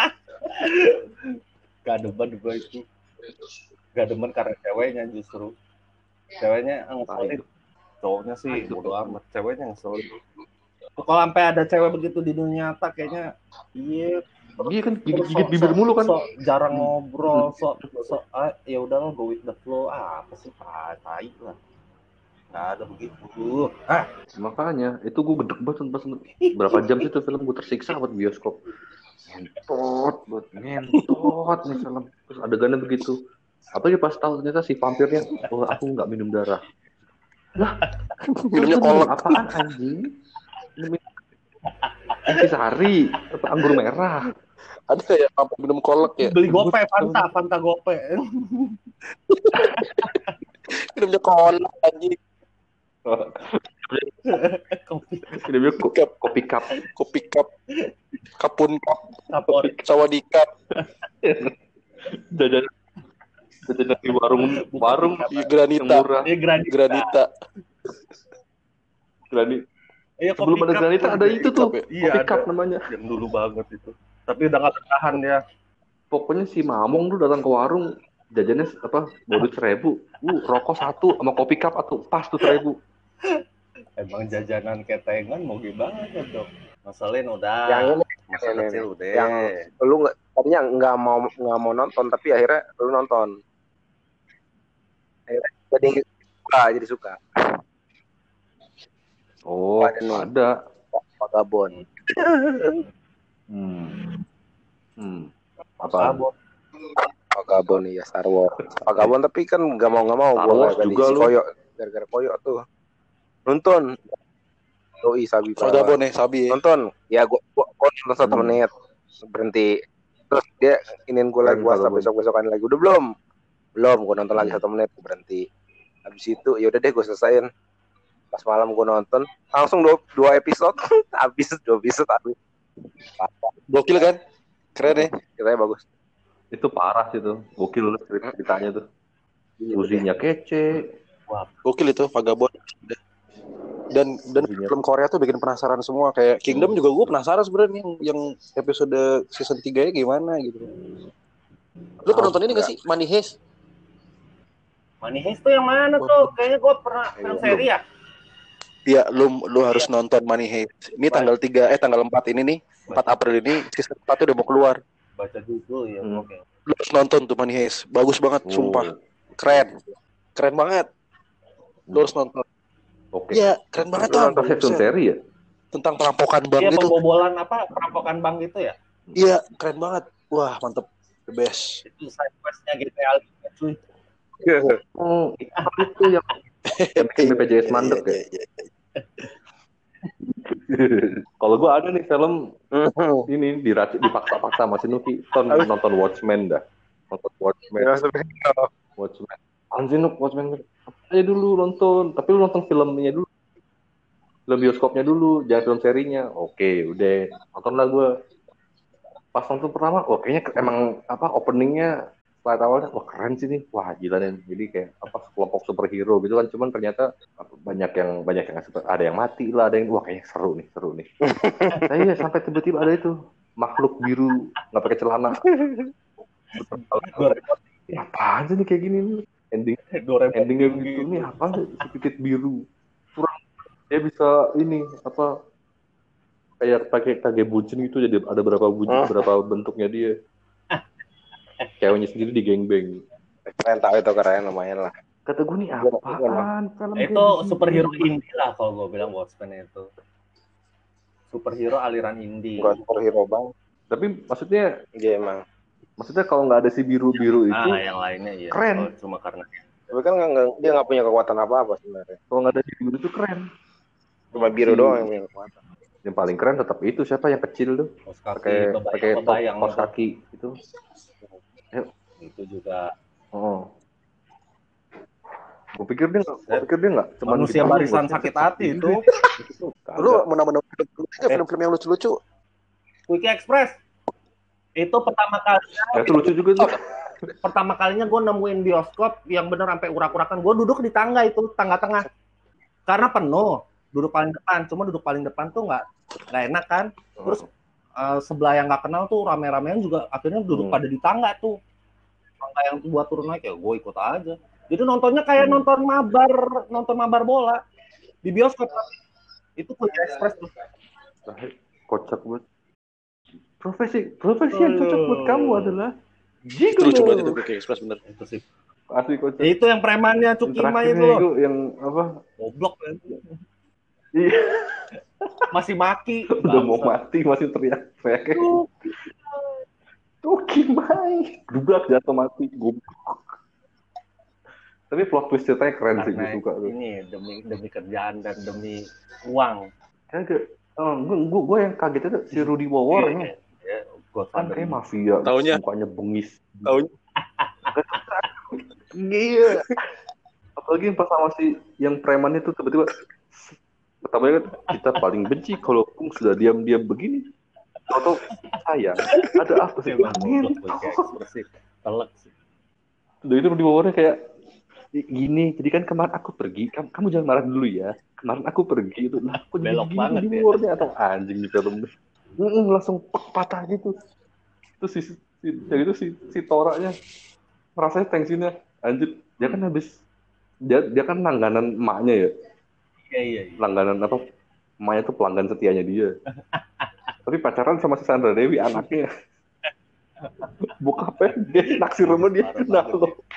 gak demen gue itu. Gak demen karena ceweknya justru. Ceweknya ngeselin. Cowoknya sih bodo amat. Ceweknya ngeselin. Kalau sampai ada cewek begitu di dunia nyata kayaknya iya. Dia kan Terus gigit-gigit sok- bibir sok- mulu kan. sok jarang ngobrol, sok sok ah, ya udahlah go with the flow. Ah, apa sih tai tai lah. Nggak ada begitu. Ah, Makanya, itu gue gedek banget pas berapa jam sih itu film, gue tersiksa buat bioskop. Ngentot, buat ngentot nih film. Terus adegannya begitu. Apalagi pas tahu ternyata si vampirnya, oh aku nggak minum darah. Lah, Minumnya lu minum kolak. apaan anjing? Minum intisari, apa anggur merah. Ada ya apa minum kolak ya? beli gope Fanta, Fanta gope. Minumnya kolak anjing. Kopi Minumnya ko- kopi cup. Kopi cup. Kapun cup. favorit. Sawadi cup. Jajan jajan di warung warung yang Granita. murah. Iya granita. Granita. Granit. Iya Sebelum ada granita ada itu tuh, Iya, kopi cup ada. namanya. Yang dulu banget itu. Tapi udah nggak bertahan ya. Pokoknya si Mamong tuh datang ke warung, jajannya apa, bawa duit seribu, uh, rokok satu sama kopi cup atau pas tuh seribu. Emang jajanan ketengan mau gimana dong? Ngeselin udah. Yang ini, Masa ini, kecil udah. yang lu nggak tadinya nggak mau nggak mau nonton tapi akhirnya lu nonton. Akhirnya jadi suka, jadi suka. Oh, Ada nih. ada. Vagabond. Hmm. Hmm. Apa? Sabot. Vagabond ya Star Wars. Vagabond tapi kan nggak mau nggak mau Star gua Wars kayak juga si lu. Koyo gara-gara Koyo tuh nonton. Doi Sabi Vagabond nih, Sabi. nonton ya gua gua, gua nonton satu Hmm. menit berhenti terus dia inin gua lagi Keren, WhatsApp Vagabond. besok besokan lagi udah belum belum gua nonton lagi Hmm. satu menit gua berhenti habis itu ya udah deh gua selesaiin pas malam gua nonton langsung dua, dua episode habis dua episode habis Gokil kan? Keren ya? ceritanya bagus. Itu parah sih tuh. Gokil cer- ceritanya tuh. Uzinya kece. Gokil itu Vagabond. Dan dan Uzinya. film Korea tuh bikin penasaran semua. Kayak Kingdom juga gue penasaran sebenarnya yang, yang episode season tiga-nya gimana gitu. Lu pernah nonton ini gak sih? Money Heist? Money Heist tuh yang mana tuh? Kayaknya gue pernah film seri ya. Iya, lu lu harus nonton Money Heist. Ini tanggal tiga eh tanggal empat ini nih. empat April ini season empat udah mau keluar. Baca judul ya. Hmm. Oke. Lu harus nonton tuh Money Heist. Bagus banget, Oh. sumpah. Keren. Keren banget. Lu harus nonton. Oke. Iya, keren banget Itu tuh. nonton film seri ya? Tentang perampokan bank Iya gitu. pembobolan apa? Perampokan bank gitu ya? Iya, keren banget. Wah, mantep. The best. Itu side quest-nya G T A lima cuy. Oh, itu yang yang bikin B P J S mandek ya? Iya, iya, iya. Kalau gue ada nih film ini diracik dipaksa-paksa sama si Nuki nonton nonton Watchmen dah. Nonton Watchmen. Watchmen. Anjir Nuk, Watchmen. Ayo dulu nonton, tapi lu nonton filmnya dulu. Film bioskopnya dulu, jangan film serinya. Oke, udah nonton lah gue. Pas nonton pertama, wah kayaknya emang apa openingnya setelah awalnya, wah keren sih nih, wah gila nih. Jadi kayak apa kelompok superhero gitu kan, cuman ternyata banyak yang banyak yang ada yang mati lah, ada yang wah kayaknya seru nih, seru nih. Nah, iya sampai tiba-tiba ada itu makhluk biru nggak pakai celana. Ya, apaan sih nih kayak gini nih? Ending endingnya begitu nih apa sih si titik biru? Kurang dia bisa ini apa kayak pakai kage bucin gitu, jadi ada berapa bucin, oh. berapa bentuknya dia. Ceweknya sendiri di gangbang. Keren, tahu itu keren lumayan lah. Kata gue nih apaan film itu superhero indie lah kalau gue bilang Watchmen itu. Superhero aliran indie. Bukan superhero bang. Tapi maksudnya iya emang. Maksudnya kalau nggak ada si biru-biru itu ah, yang lainnya iya. Keren. Oh, cuma karena tapi kan gak, dia nggak punya kekuatan apa-apa sebenarnya. Kalau nggak ada si biru itu keren. Cuma biru si... doang yang punya kekuatan. Yang paling keren tetap itu siapa yang kecil tuh? Pakai pakai kaos kaki itu. Ayo. Itu juga. Oh. Gue pikir dia nggak, gue pikir dia nggak. Manusia barisan sakit hati itu. Lu mana-mana film-film yang lucu-lucu. Quickie Express. Itu pertama kalinya. Ya, itu lucu juga tuh. Pertama kalinya gue nemuin bioskop yang bener sampai urak-urakan. Gue duduk di tangga itu, tangga tengah. Karena penuh. Duduk paling depan. Cuma duduk paling depan tuh nggak nggak enak kan. Terus uh, sebelah yang nggak kenal tuh rame-ramean juga akhirnya duduk hmm. pada di tangga tuh. Tangga yang buat turun naik ya gue ikut aja. Jadi nontonnya kayak hmm. nonton mabar, nonton mabar bola di bioskop. Itu Quickie Express tuh. Kocak banget. Profesi profesi yang cocok buat kamu adalah gigolo. Lucu banget itu Quickie Express bener. Itu sih. Asli kocak. Ya, itu yang premannya Cukima itu loh. Itu yang apa? Goblok kan. Iya. Masih maki. Udah mau mati masih teriak-teriak. Cukimai. Dubrak jatuh mati. Goblok. Tapi plot twist ceritanya keren sih, gue suka tuh. Ini demi demi kerjaan dan demi uang. Kagak. Oh, gue gue yang kaget itu si Rudy Wawor nya. Ya, kan kayak mafia, taunya mukanya bengis. Taunya. Iya. Apalagi pas sama si yang preman itu tiba-tiba pertamanya kan kita paling benci kalau Kung sudah diam-diam begini. Atau sayang, ada apa sih? Telek sih. Udah itu Rudy Wawor kayak gini, jadi kan kemarin aku pergi, kamu, kamu jangan marah dulu ya. Kemarin aku pergi itu, lah aku belok gini, banget gini, ya. Wawornya atau anjing di film ini. Mm-mm, langsung patah gitu. Terus si, si yang itu si si Toranya rasanya tensinya anjir. Dia kan habis dia dia kan langganan emaknya ya. Iya iya. iya. Langganan apa? Emaknya tuh pelanggan setianya dia. Tapi pacaran sama si Sandra Dewi anaknya. Bokapnya dia naksir sama dia. Nah,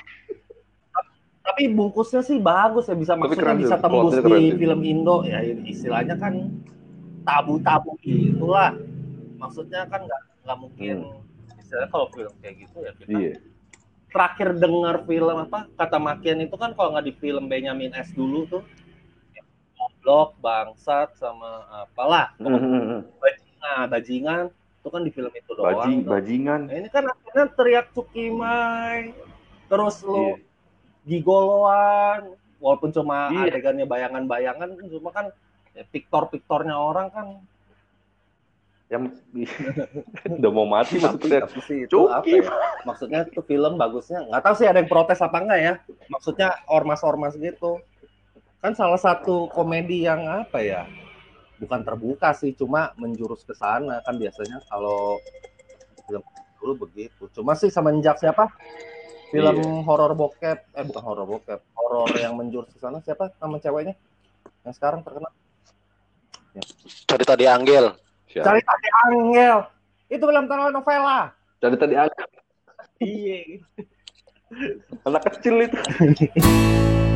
tapi bungkusnya sih bagus ya, bisa maksudnya bisa tembus di film Indo ya, istilahnya kan tabu-tabu gitulah. Maksudnya kan nggak nggak mungkin hmm. istilahnya kalau film kayak gitu ya kita iya. Terakhir dengar film apa kata makian itu kan kalau nggak di film Benyamin S dulu tuh Goblok, Bangsat sama apalah hmm. Bajingan, Bajingan itu kan di film itu doang. Baji, Bajingan. Nah, ini kan akhirnya teriak Cukimai terus lu iya. gigoloan, walaupun cuma iya. adegannya bayangan-bayangan, cuma kan ya, piktor-piktornya orang kan yang udah mau mati maksudnya. Sih, itu apa ya? Maksudnya itu film bagusnya, nggak tahu sih ada yang protes apa enggak ya. Maksudnya ormas-ormas gitu. Kan salah satu komedi yang apa ya? Bukan terbuka sih, cuma menjurus ke sana kan biasanya kalau film dulu begitu. Cuma sih semenjak siapa? Film iya. horor bokep, eh bukan horor bokep, horor yang menjurus ke sana siapa nama ceweknya? Yang sekarang terkenal. Ya. Cerita di Anggel. Cerita di Anggel. Itu film telenovela. Cerita di Anggel. Iya. Anak kecil itu.